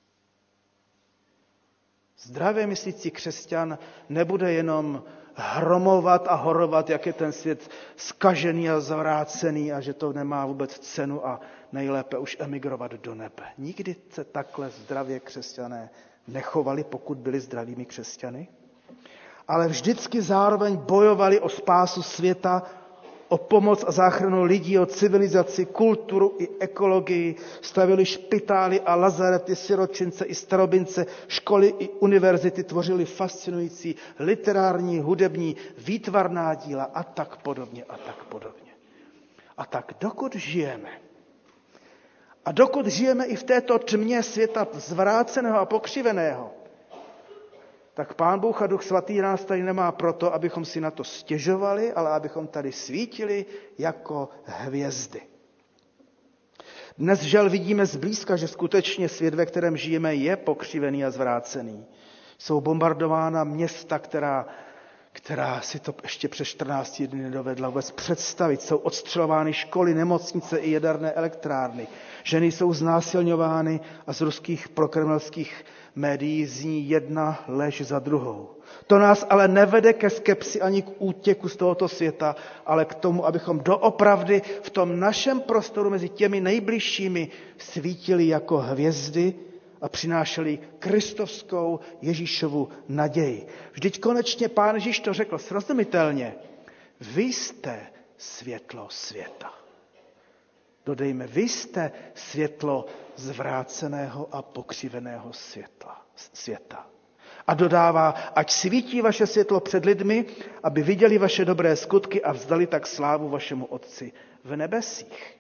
Zdravě myslící křesťan nebude jenom hromovat a horovat, jak je ten svět zkažený a zavrácený a že to nemá vůbec cenu a nejlépe už emigrovat do nebe. Nikdy se takhle zdravě křesťané nechovali, pokud byli zdravými křesťany, ale vždycky zároveň bojovali o spásu světa, o pomoc a záchranu lidí, o civilizaci, kulturu i ekologii, stavili špitály a lazarety, siročince i starobince, školy i univerzity, tvořili fascinující literární, hudební, výtvarná díla a tak podobně a tak podobně. A tak dokud žijeme, a dokud žijeme i v této tmě světa zvráceného a pokřiveného, tak Pán Bůh a Duch Svatý nás tady nemá proto, abychom si na to stěžovali, ale abychom tady svítili jako hvězdy. Dnes žel vidíme zblízka, že skutečně svět, ve kterém žijeme, je pokřivený a zvrácený. Jsou bombardována města, která, která si to ještě přes čtrnáct dny nedovedla vůbec představit. Jsou odstřelovány školy, nemocnice i jaderné elektrárny. Ženy jsou znásilňovány a z ruských prokremelských médií zní jedna lež za druhou. To nás ale nevede ke skepsi ani k útěku z tohoto světa, ale k tomu, abychom doopravdy v tom našem prostoru mezi těmi nejbližšími svítili jako hvězdy a přinášeli kristovskou Ježíšovu naději. Vždyť konečně Pán Ježíš to řekl srozumitelně. Vy jste světlo světa. Dodejme, vy jste světlo zvráceného a pokřiveného světla, světa. A dodává, ať svítí vaše světlo před lidmi, aby viděli vaše dobré skutky a vzdali tak slávu vašemu Otci v nebesích.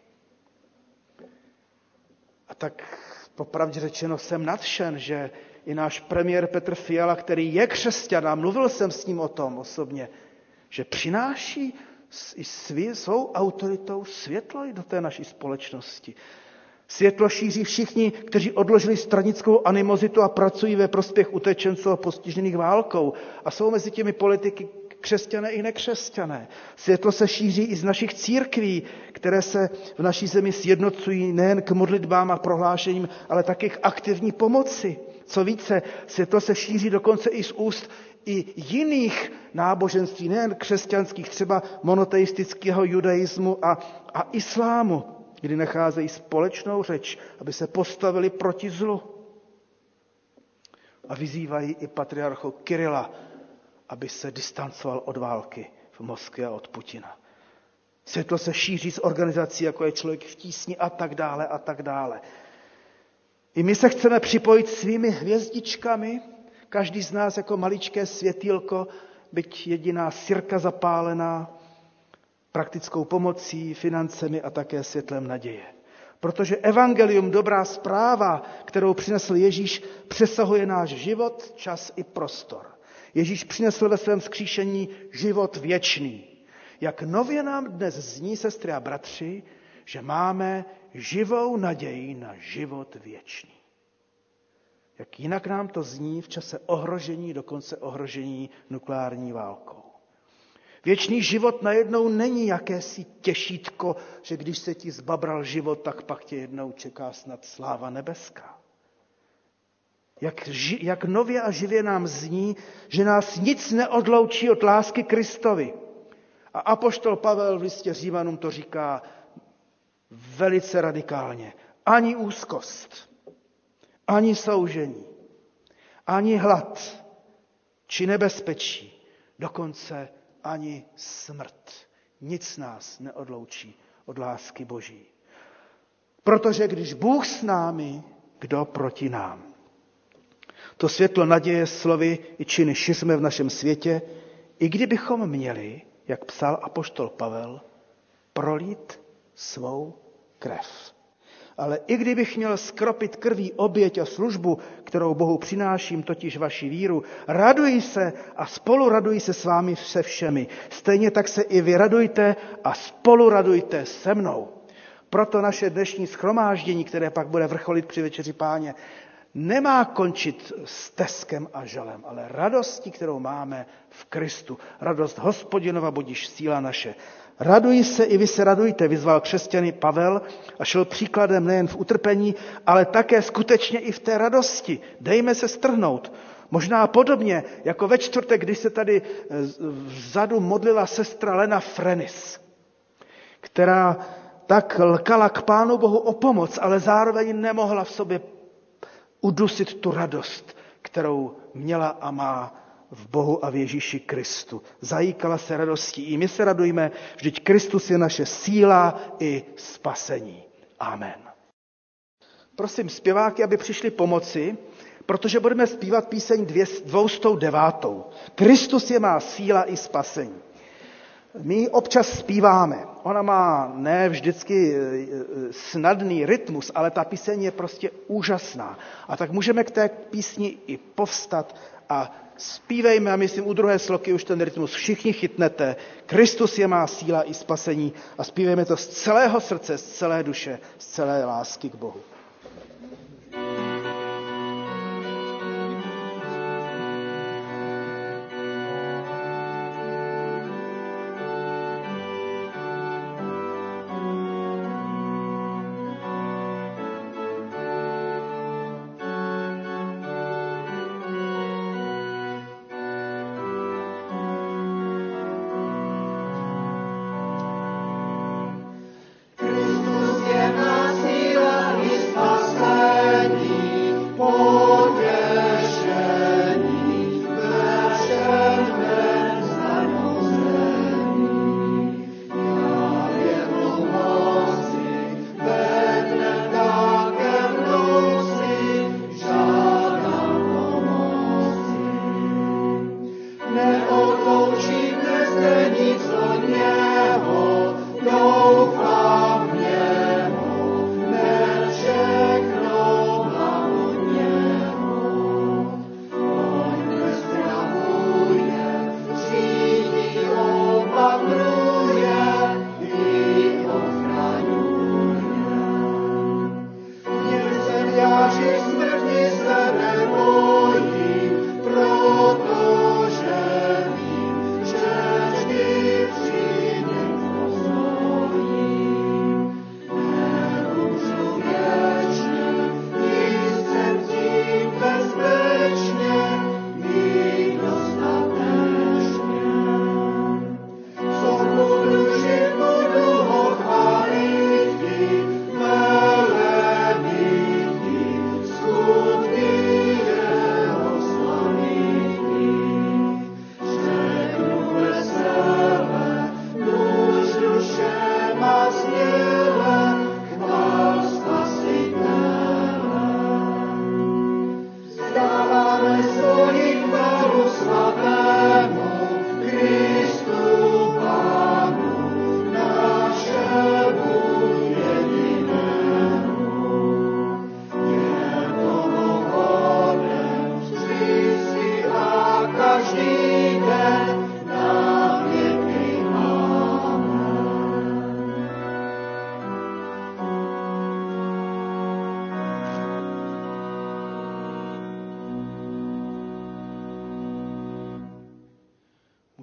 A tak popravdě řečeno jsem nadšen, že i náš premiér Petr Fiala, který je křesťan, a mluvil jsem s ním o tom osobně, že přináší i svou autoritou světlo i do té naší společnosti. Světlo šíří všichni, kteří odložili stranickou animozitu a pracují ve prospěch utečenců a postižených válkou. A jsou mezi těmi politiky křesťané i nekřesťané. Světlo se šíří i z našich církví, které se v naší zemi sjednocují nejen k modlitbám a prohlášením, ale také k aktivní pomoci. Co více, světlo se šíří dokonce i z úst i jiných náboženství, nejen křesťanských, třeba monoteistického judaismu a, a islámu, kdy nacházejí společnou řeč, aby se postavili proti zlu. A vyzývají i patriarchu Kirila, aby se distancoval od války v Moskvě a od Putina. Světlo se šíří z organizací, jako je Člověk v tísni a tak dále a tak dále. I my se chceme připojit svými hvězdičkami, každý z nás jako maličké světýlko, byť jediná sirka zapálená, praktickou pomocí, financemi a také světlem naděje. Protože evangelium, dobrá zpráva, kterou přinesl Ježíš, přesahuje náš život, čas i prostor. Ježíš přinesl ve svém vzkříšení život věčný. Jak nově nám dnes zní, sestry a bratři, že máme živou naději na život věčný. Jak jinak nám to zní v čase ohrožení, dokonce ohrožení nukleární válkou. Věčný život najednou není jakési těšítko, že když se ti zbabral život, tak pak tě jednou čeká snad sláva nebeská. Jak, ži, jak nově a živě nám zní, že nás nic neodloučí od lásky Kristovi. A apoštol Pavel v listě Římanům to říká velice radikálně. Ani úzkost, ani soužení, ani hlad, či nebezpečí, dokonce ani smrt. Nic nás neodloučí od lásky Boží. Protože když Bůh s námi, kdo proti nám? To světlo naděje, slovy i činy šiřme v našem světě, i kdybychom měli, jak psal apoštol Pavel, prolít svou krev. Ale i kdybych měl skropit krví oběť a službu, kterou Bohu přináším, totiž vaši víru, raduji se a spolu raduji se s vámi se všemi. Stejně tak se i vy radujte a spolu radujte se mnou. Proto naše dnešní shromáždění, které pak bude vrcholit při večeři Páně, nemá končit steskem a žalem, ale radostí, kterou máme v Kristu. Radost Hospodinova, budiž síla naše. Raduj se, i vy se radujte, vyzval křesťany Pavel a šel příkladem nejen v utrpení, ale také skutečně i v té radosti. Dejme se strhnout. Možná podobně, jako ve čtvrtek, když se tady vzadu modlila sestra Lena Frenis, která tak lkala k Pánu Bohu o pomoc, ale zároveň nemohla v sobě udusit tu radost, kterou měla a má v Bohu a v Ježíši Kristu. Zajíkala se radostí. I my se radujme, vždyť Kristus je naše síla i spasení. Amen. Prosím zpěváky, aby přišli pomoci, protože budeme zpívat píseň dvě stě devět. Kristus je má síla i spasení. My ji občas zpíváme. Ona má ne vždycky snadný rytmus, ale ta píseň je prostě úžasná. A tak můžeme k té písni i povstat a zpívejme, a myslím, u druhé sloky už ten rytmus všichni chytnete. Kristus je má síla i spasení a zpívejme to z celého srdce, z celé duše, z celé lásky k Bohu. Kristus je má síla i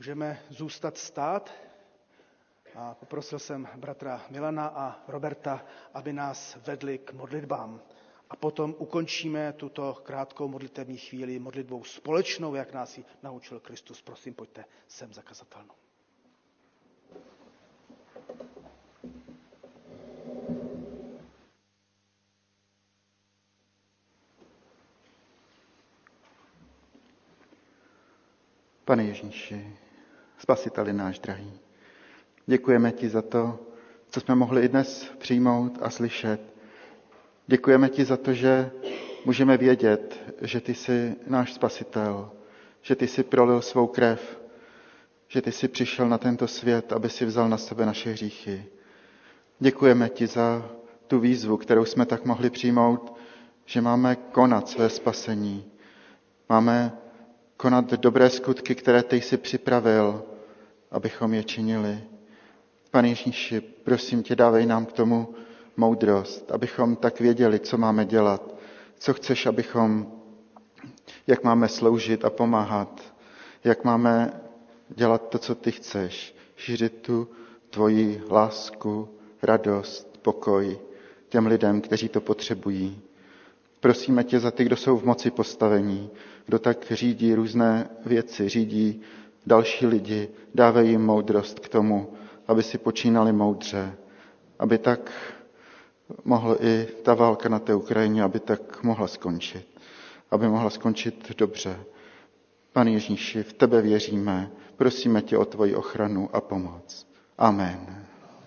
Můžeme zůstat stát a poprosil jsem bratra Milana a Roberta, aby nás vedli k modlitbám. A potom ukončíme tuto krátkou modlitevní chvíli modlitbou společnou, jak nás ji naučil Kristus. Prosím, pojďte sem za kazatelnou. Pane Ježíši, Spasiteli náš drahý, děkujeme ti za to, co jsme mohli i dnes přijmout a slyšet. Děkujeme ti za to, že můžeme vědět, že ty jsi náš Spasitel, že ty jsi prolil svou krev, že ty jsi přišel na tento svět, aby si vzal na sebe naše hříchy. Děkujeme ti za tu výzvu, kterou jsme tak mohli přijmout, že máme konat své spasení. Máme konat dobré skutky, které ty jsi připravil, abychom je činili. Pane Ježíši, prosím tě, dávej nám k tomu moudrost, abychom tak věděli, co máme dělat, co chceš, abychom, jak máme sloužit a pomáhat, jak máme dělat to, co ty chceš, šířit tu tvoji lásku, radost, pokoj těm lidem, kteří to potřebují. Prosíme tě za ty, kdo jsou v moci postavení, kdo tak řídí různé věci, řídí další lidi, dávej jim moudrost k tomu, aby si počínali moudře, aby tak mohla i ta válka na té Ukrajině, aby tak mohla skončit, aby mohla skončit dobře. Pane Ježíši, v tebe věříme, prosíme tě o tvoji ochranu a pomoc. Amen.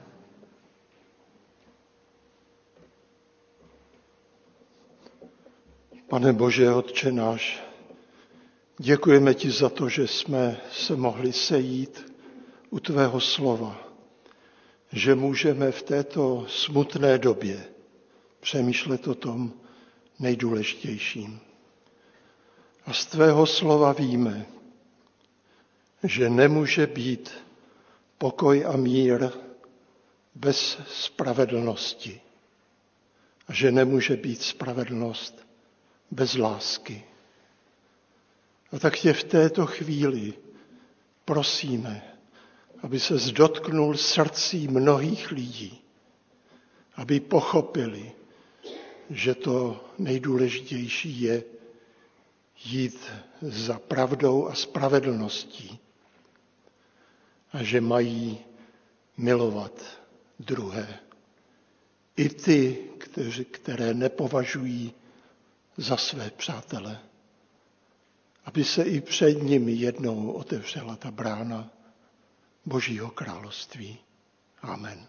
Pane Bože, Otče náš, děkujeme ti za to, že jsme se mohli sejít u tvého slova, že můžeme v této smutné době přemýšlet o tom nejdůležitějším. A z tvého slova víme, že nemůže být pokoj a mír bez spravedlnosti. A že nemůže být spravedlnost bez lásky. A tak tě v této chvíli prosíme, aby se dotknul srdcí mnohých lidí, aby pochopili, že to nejdůležitější je jít za pravdou a spravedlností a že mají milovat druhé. I ty, kteři, které nepovažují za své přátele. Aby se i před nimi jednou otevřela ta brána Božího království. Amen.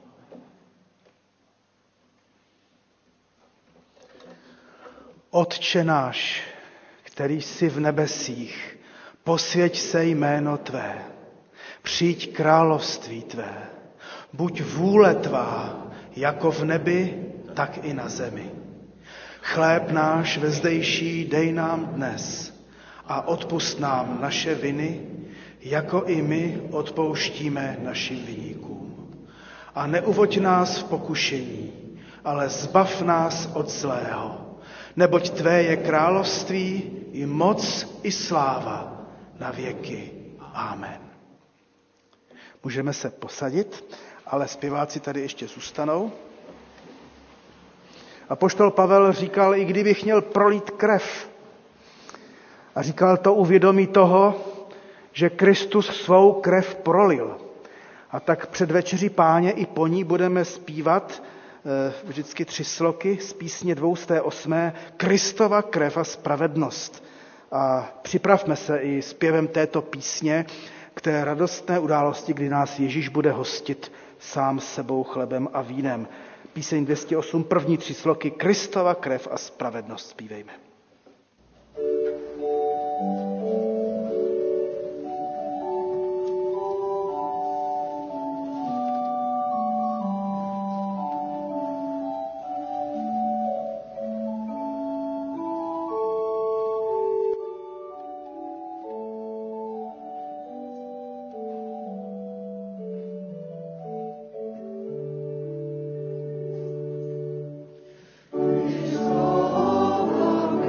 Otče náš, který jsi v nebesích, posvěť se jméno tvé, přijď království tvé, buď vůle tvá, jako v nebi, tak i na zemi. Chléb náš vezdejší dej nám dnes a odpusť nám naše viny, jako i my odpouštíme našim viníkům. A neuvoď nás v pokušení, ale zbav nás od zlého, neboť tvé je království i moc i sláva na věky. Amen. Můžeme se posadit, ale zpěváci tady ještě zůstanou. Apoštol Pavel říkal, i kdybych měl prolít krev. A říkal to u vědomí toho, že Kristus svou krev prolil. A tak před večeří Páně i po ní budeme zpívat e, vždycky tři sloky z písně dvě stě osm. Kristova krev a spravedlnost. A připravme se i zpěvem této písně k té radostné události, kdy nás Ježíš bude hostit sám sebou chlebem a vínem. Píseň dvě stě osm, první tři sloky, Kristova krev a spravedlnost zpívejme. Kristova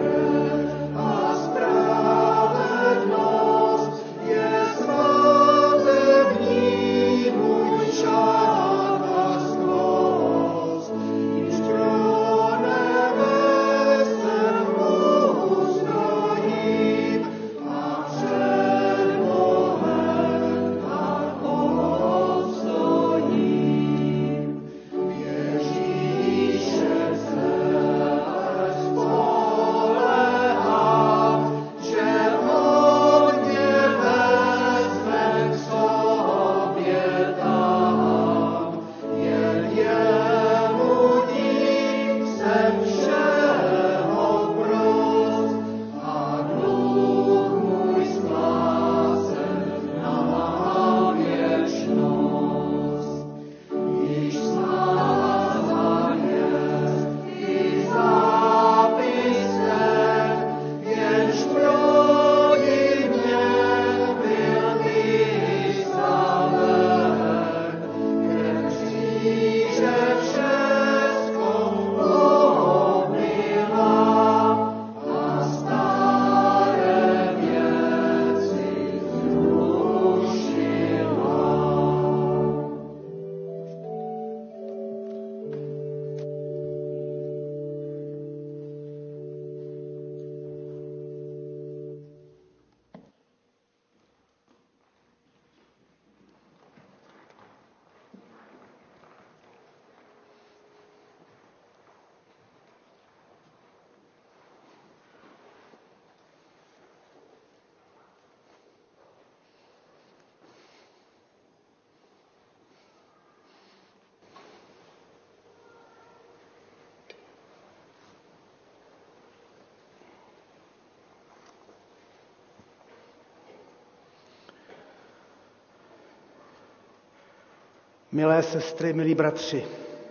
Milé sestry, milí bratři,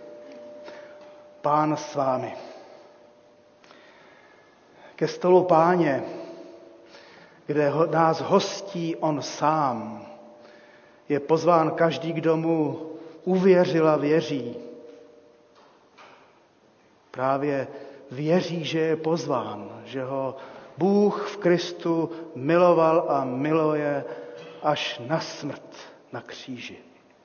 Pán s vámi. Ke stolu Páně, kde nás hostí on sám, je pozván každý, kdo mu uvěřil a věří. Právě věří, že je pozván, že ho Bůh v Kristu miloval a miluje až na smrt na kříži.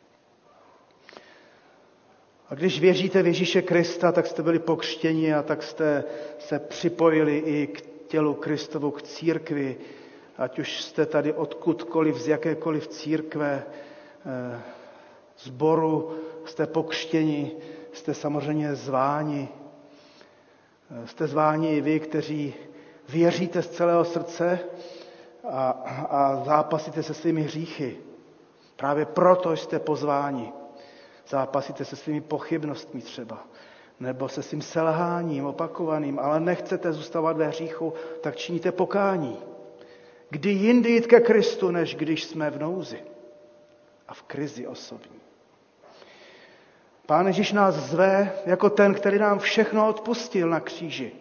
A když věříte v Ježíše Krista, tak jste byli pokřtěni a tak jste se připojili i k tělu Kristovu, k církvi. Ať už jste tady odkudkoliv, z jakékoliv církve, sboru, jste pokřtěni, jste samozřejmě zváni. Jste zváni i vy, kteří věříte z celého srdce a, a zápasíte se svými hříchy. Právě proto jste pozváni. Zápasíte se svými pochybnostmi třeba, nebo se svým selháním opakovaným, ale nechcete zůstávat ve hříchu, tak činíte pokání. Kdy jindy jít ke Kristu, než když jsme v nouzi a v krizi osobní. Pán Ježíš nás zve jako ten, který nám všechno odpustil na kříži.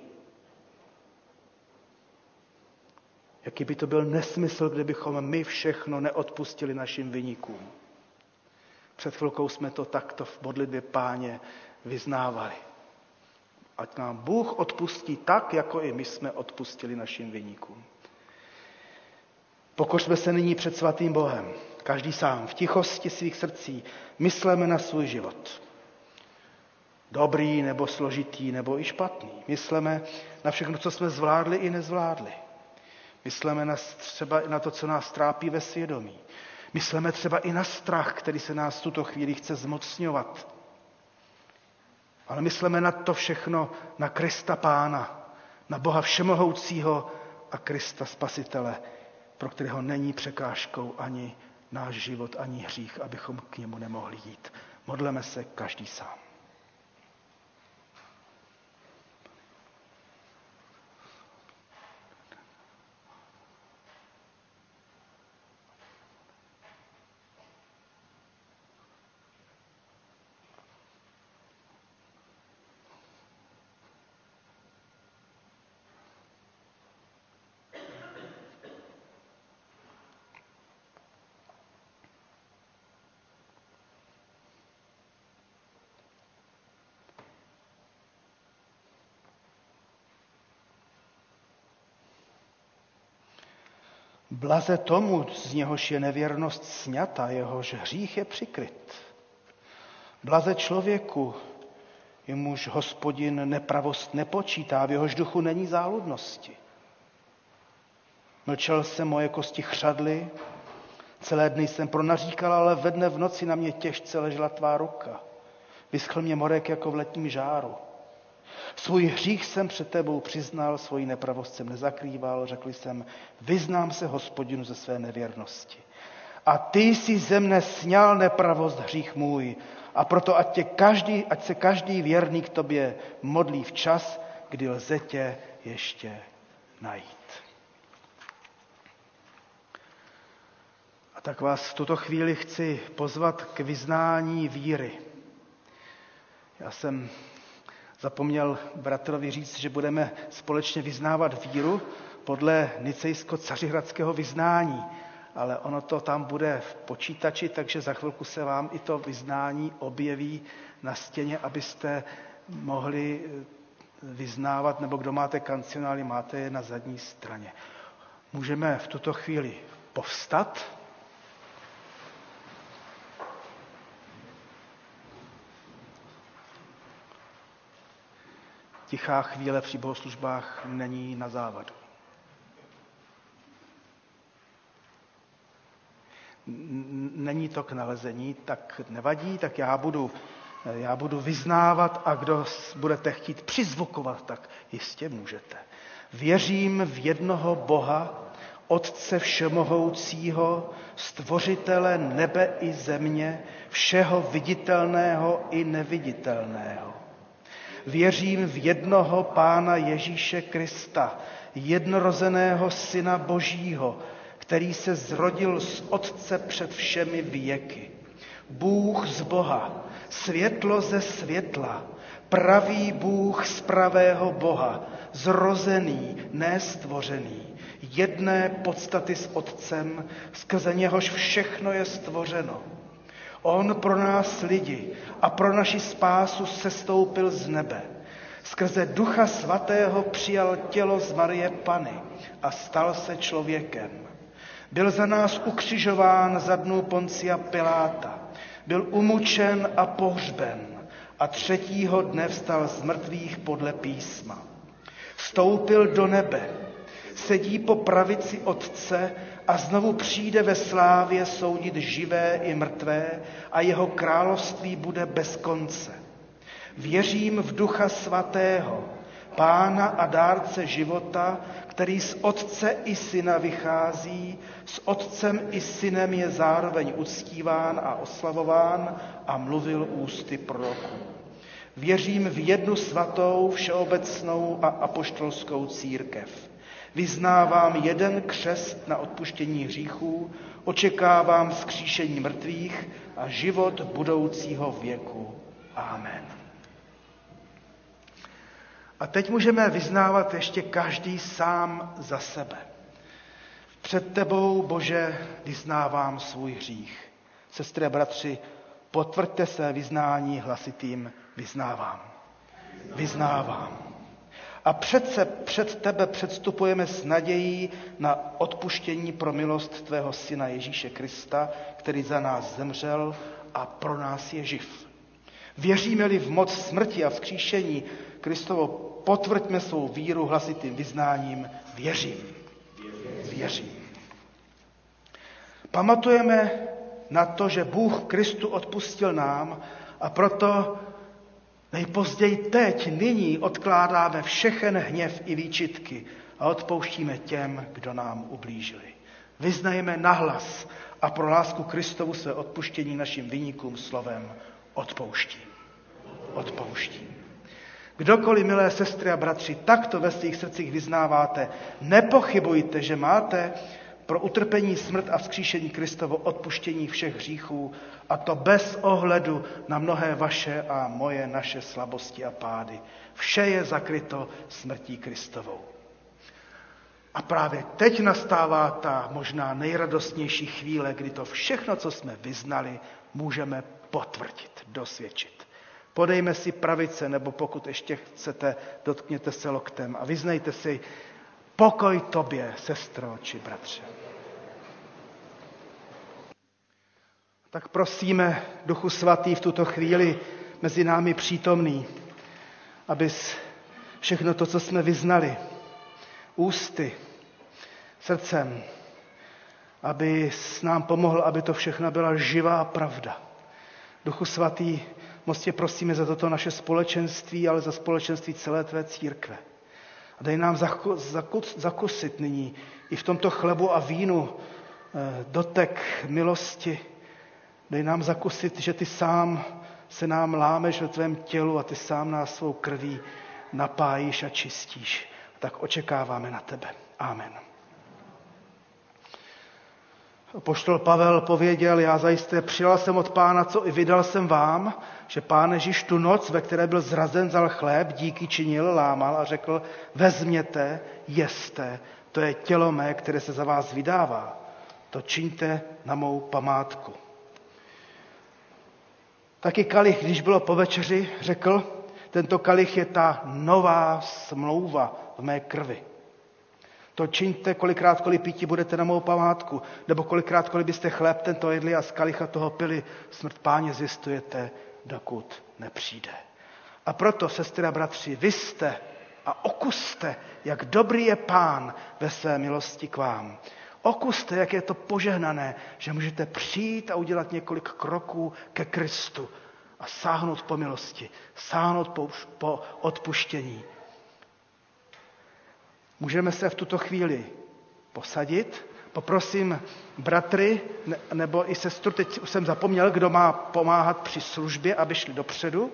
Jaký by to byl nesmysl, kdybychom my všechno neodpustili našim viníkům. Před chvilkou jsme to takto v modlitbě Páně vyznávali. Ať nám Bůh odpustí tak, jako i my jsme odpustili našim viníkům. Pokořme se nyní před svatým Bohem. Každý sám v tichosti svých srdcí mysleme na svůj život. Dobrý nebo složitý nebo i špatný. Mysleme na všechno, co jsme zvládli i nezvládli. Mysleme na, třeba na to, co nás trápí ve svědomí. Myslíme třeba i na strach, který se nás v tuto chvíli chce zmocňovat. Ale myslíme na to všechno, na Krista Pána, na Boha Všemohoucího a Krista Spasitele, pro kterého není překážkou ani náš život, ani hřích, abychom k němu nemohli jít. Modleme se každý sám. Blaze tomu, z něhož je nevěrnost sňata, jehož hřích je přikryt. Blaze člověku, jemuž Hospodin nepravost nepočítá, v jehož duchu není záludnosti. Mlčel jsem, moje kosti chřadly, celé dny jsem pronaříkal, ale ve dne v noci na mě těžce ležela tvá ruka. Vyschl mě morek jako v letním žáru. Svůj hřích jsem před tebou přiznal, svoji nepravost jsem nezakrýval, řekl jsem, vyznám se Hospodinu ze své nevěrnosti. A ty jsi ze mne sňal nepravost, hřích můj, a proto ať, tě každý, ať se každý věrný k tobě modlí v čas, kdy lze tě ještě najít. A tak vás v tuto chvíli chci pozvat k vyznání víry. Já jsem zapomněl bratrovi říct, že budeme společně vyznávat víru podle nicejsko-cařihradského vyznání, ale ono to tam bude v počítači, takže za chvilku se vám i to vyznání objeví na stěně, abyste mohli vyznávat, nebo kdo máte kancionály, máte je na zadní straně. Můžeme v tuto chvíli povstat. Tichá chvíle při bohoslužbách není na závadu. Není to k nalezení, tak nevadí, tak já budu, já budu vyznávat a kdo budete chtít přizvukovat, tak jistě můžete. Věřím v jednoho Boha, Otce všemohoucího, stvořitele nebe i země, všeho viditelného i neviditelného. Věřím v jednoho Pána Ježíše Krista, jednorozeného Syna Božího, který se zrodil z Otce před všemi věky. Bůh z Boha, světlo ze světla, pravý Bůh z pravého Boha, zrozený, nestvořený, jedné podstaty s Otcem, skrze něhož všechno je stvořeno. On pro nás lidi a pro naši spásu sestoupil z nebe. Skrze Ducha Svatého přijal tělo z Marie Panny a stal se člověkem. Byl za nás ukřižován za dnů Poncia Piláta. Byl umučen a pohřben a třetího dne vstal z mrtvých podle písma. Vstoupil do nebe, sedí po pravici Otce a znovu přijde ve slávě soudit živé i mrtvé a jeho království bude bez konce. Věřím v Ducha Svatého, Pána a dárce života, který z Otce i Syna vychází, s Otcem i Synem je zároveň uctíván a oslavován a mluvil ústy proroků. Věřím v jednu svatou, všeobecnou a apoštolskou církev. Vyznávám jeden křest na odpuštění hříchů, očekávám vzkříšení mrtvých a život budoucího věku. Amen. A teď můžeme vyznávat ještě každý sám za sebe. Před tebou, Bože, vyznávám svůj hřích. Sestry a bratři, potvrďte své vyznání hlasitým vyznávám. Vyznávám. A přece před tebe předstupujeme s nadějí na odpuštění pro milost tvého Syna Ježíše Krista, který za nás zemřel a pro nás je živ. Věříme-li v moc smrti a vzkříšení Kristovo, potvrďme svou víru hlasitým vyznáním. Věřím. Věřím. Pamatujeme na to, že Bůh Kristu odpustil nám a proto nejpozději teď, nyní odkládáme všechen hněv i výčitky a odpouštíme těm, kdo nám ublížili. Vyznajeme nahlas a pro lásku Kristovu své odpuštění našim viníkům slovem odpouštím. Odpouštím. Kdokoliv, milé sestry a bratři, takto ve svých srdcích vyznáváte, nepochybujte, že máte pro utrpení, smrt a vzkříšení Kristovo odpuštění všech hříchů, a to bez ohledu na mnohé vaše a moje naše slabosti a pády. Vše je zakryto smrtí Kristovou. A právě teď nastává ta možná nejradostnější chvíle, kdy to všechno, co jsme vyznali, můžeme potvrdit, dosvědčit. Podejme si pravice, nebo pokud ještě chcete, dotkněte se loktem a vyznejte si: pokoj tobě, sestro či bratře. Tak prosíme, Duchu Svatý, v tuto chvíli mezi námi přítomný, abys všechno to, co jsme vyznali, ústy, srdcem, abys nám pomohl, aby to všechno byla živá pravda. Duchu Svatý, moc tě prosíme za toto naše společenství, ale za společenství celé tvé církve. A dej nám zakusit nyní i v tomto chlebu a vínu dotek milosti. Dej nám zakusit, že ty sám se nám lámeš ve tvém tělu a ty sám nás svou krví napájíš a čistíš. Tak očekáváme na tebe. Amen. Apoštol Pavel pověděl: já zajisté přijal jsem od Pána, co i vydal jsem vám, že Pán Ježíš tu noc, ve které byl zrazen, vzal chléb, díky činil, lámal a řekl: vezměte, jeste, to je tělo mé, které se za vás vydává. To čiňte na mou památku. Taky kalich, když bylo po večeři, řekl: tento kalich je ta nová smlouva v mé krvi. To čiňte, kolikrát kolik pití budete na mou památku, nebo kolikrát kolik byste chléb tento jedli a z kalicha toho pili, smrt Páně zjistujete, dokud nepřijde. A proto, sestry a bratři, vy jste a okuste, jak dobrý je Pán ve své milosti k vám. Okuste, jak je to požehnané, že můžete přijít a udělat několik kroků ke Kristu a sáhnout po milosti, sáhnout po, po odpuštění. Můžeme se v tuto chvíli posadit. Poprosím bratry nebo i sestru, teď už jsem zapomněl, kdo má pomáhat při službě, aby šli dopředu.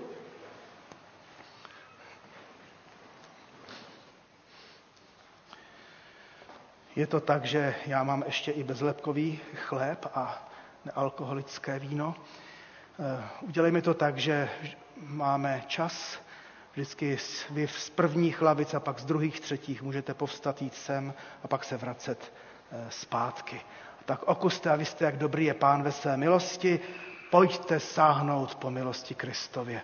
Je to tak, že já mám ještě i bezlepkový chléb a nealkoholické víno. Udělejme to tak, že máme čas, vždycky vy z prvních lavic a pak z druhých, třetích můžete povstat, jít sem a pak se vracet zpátky. A tak okuste a vy jste, jak dobrý je Pán ve své milosti, pojďte sáhnout po milosti Kristově.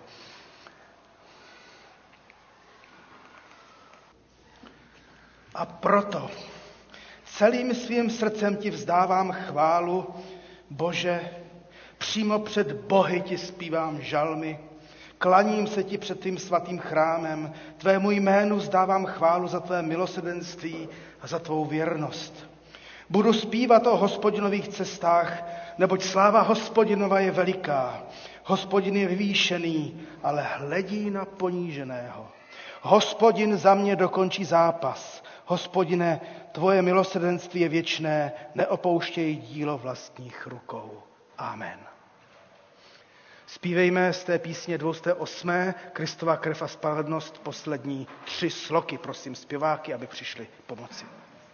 A proto celým svým srdcem ti vzdávám chválu, Bože, přímo před Bohy ti zpívám žalmy, klaním se ti před tvým svatým chrámem, tvému jménu vzdávám chválu za tvé milosrdenství a za tvou věrnost. Budu zpívat o Hospodinových cestách, neboť sláva Hospodinova je veliká. Hospodin je vyvýšený, ale hledí na poníženého. Hospodin za mě dokončí zápas. Hospodine, tvoje milosrdenství je věčné, neopouštěj dílo vlastních rukou. Amen. Zpívejme z té písně dvě stě osm. Kristova krev a spravedlnost, poslední tři sloky. Prosím zpěváky, aby přišli pomoci.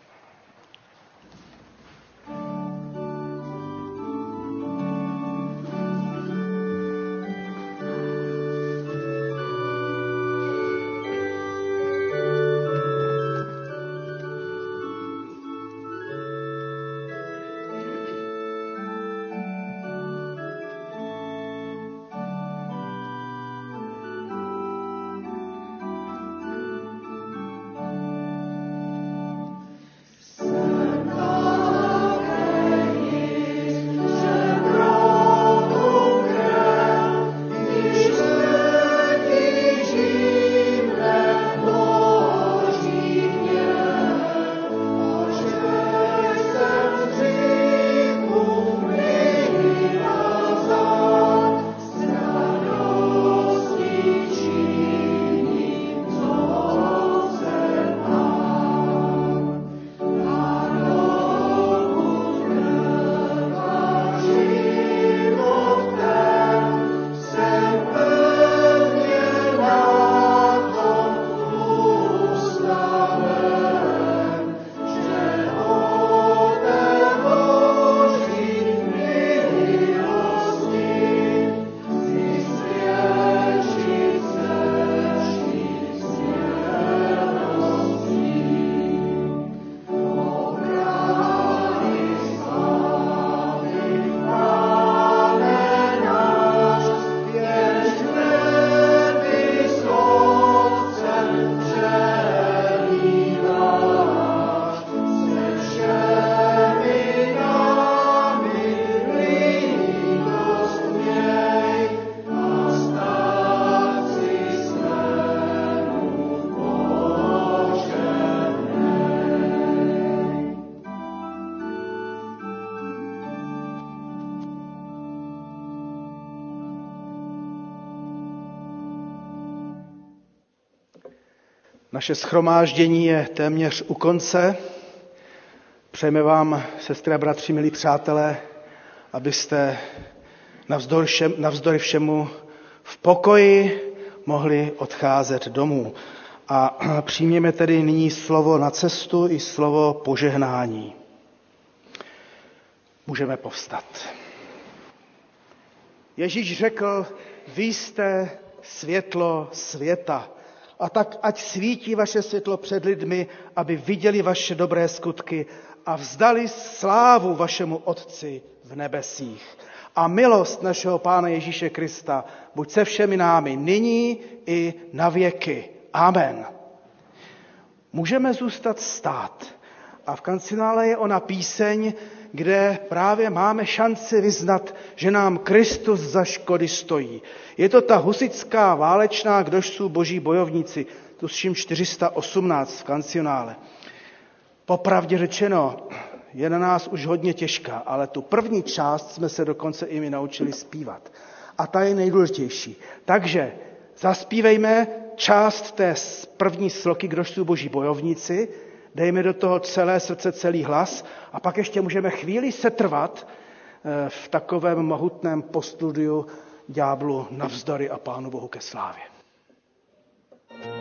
Naše shromáždění je téměř u konce. Přejeme vám, sestry a bratři, milí přátelé, abyste navzdory, všem, navzdory všemu v pokoji mohli odcházet domů. A přijměme tedy nyní slovo na cestu i slovo požehnání. Můžeme povstat. Ježíš řekl, vy jste světlo světa. A tak ať svítí vaše světlo před lidmi, aby viděli vaše dobré skutky a vzdali slávu vašemu Otci v nebesích. A milost našeho Pána Ježíše Krista buď se všemi námi nyní i na věky. Amen. Můžeme zůstat stát. A v kancionále je ona píseň, kde právě máme šanci vyznat, že nám Kristus za škody stojí. Je to ta husitská válečná Kdož jsou boží bojovníci, tuším čtyři sta osmnáct v kancionále. Popravdě řečeno, je na nás už hodně těžká, ale tu první část jsme se dokonce i my naučili zpívat. A ta je nejdůležitější. Takže zaspívejme část té první sloky Kdož jsou boží bojovníci, dejme do toho celé srdce, celý hlas a pak ještě můžeme chvíli setrvat v takovém mohutném postudiu ďáblu navzdory a Pánu Bohu ke slávě.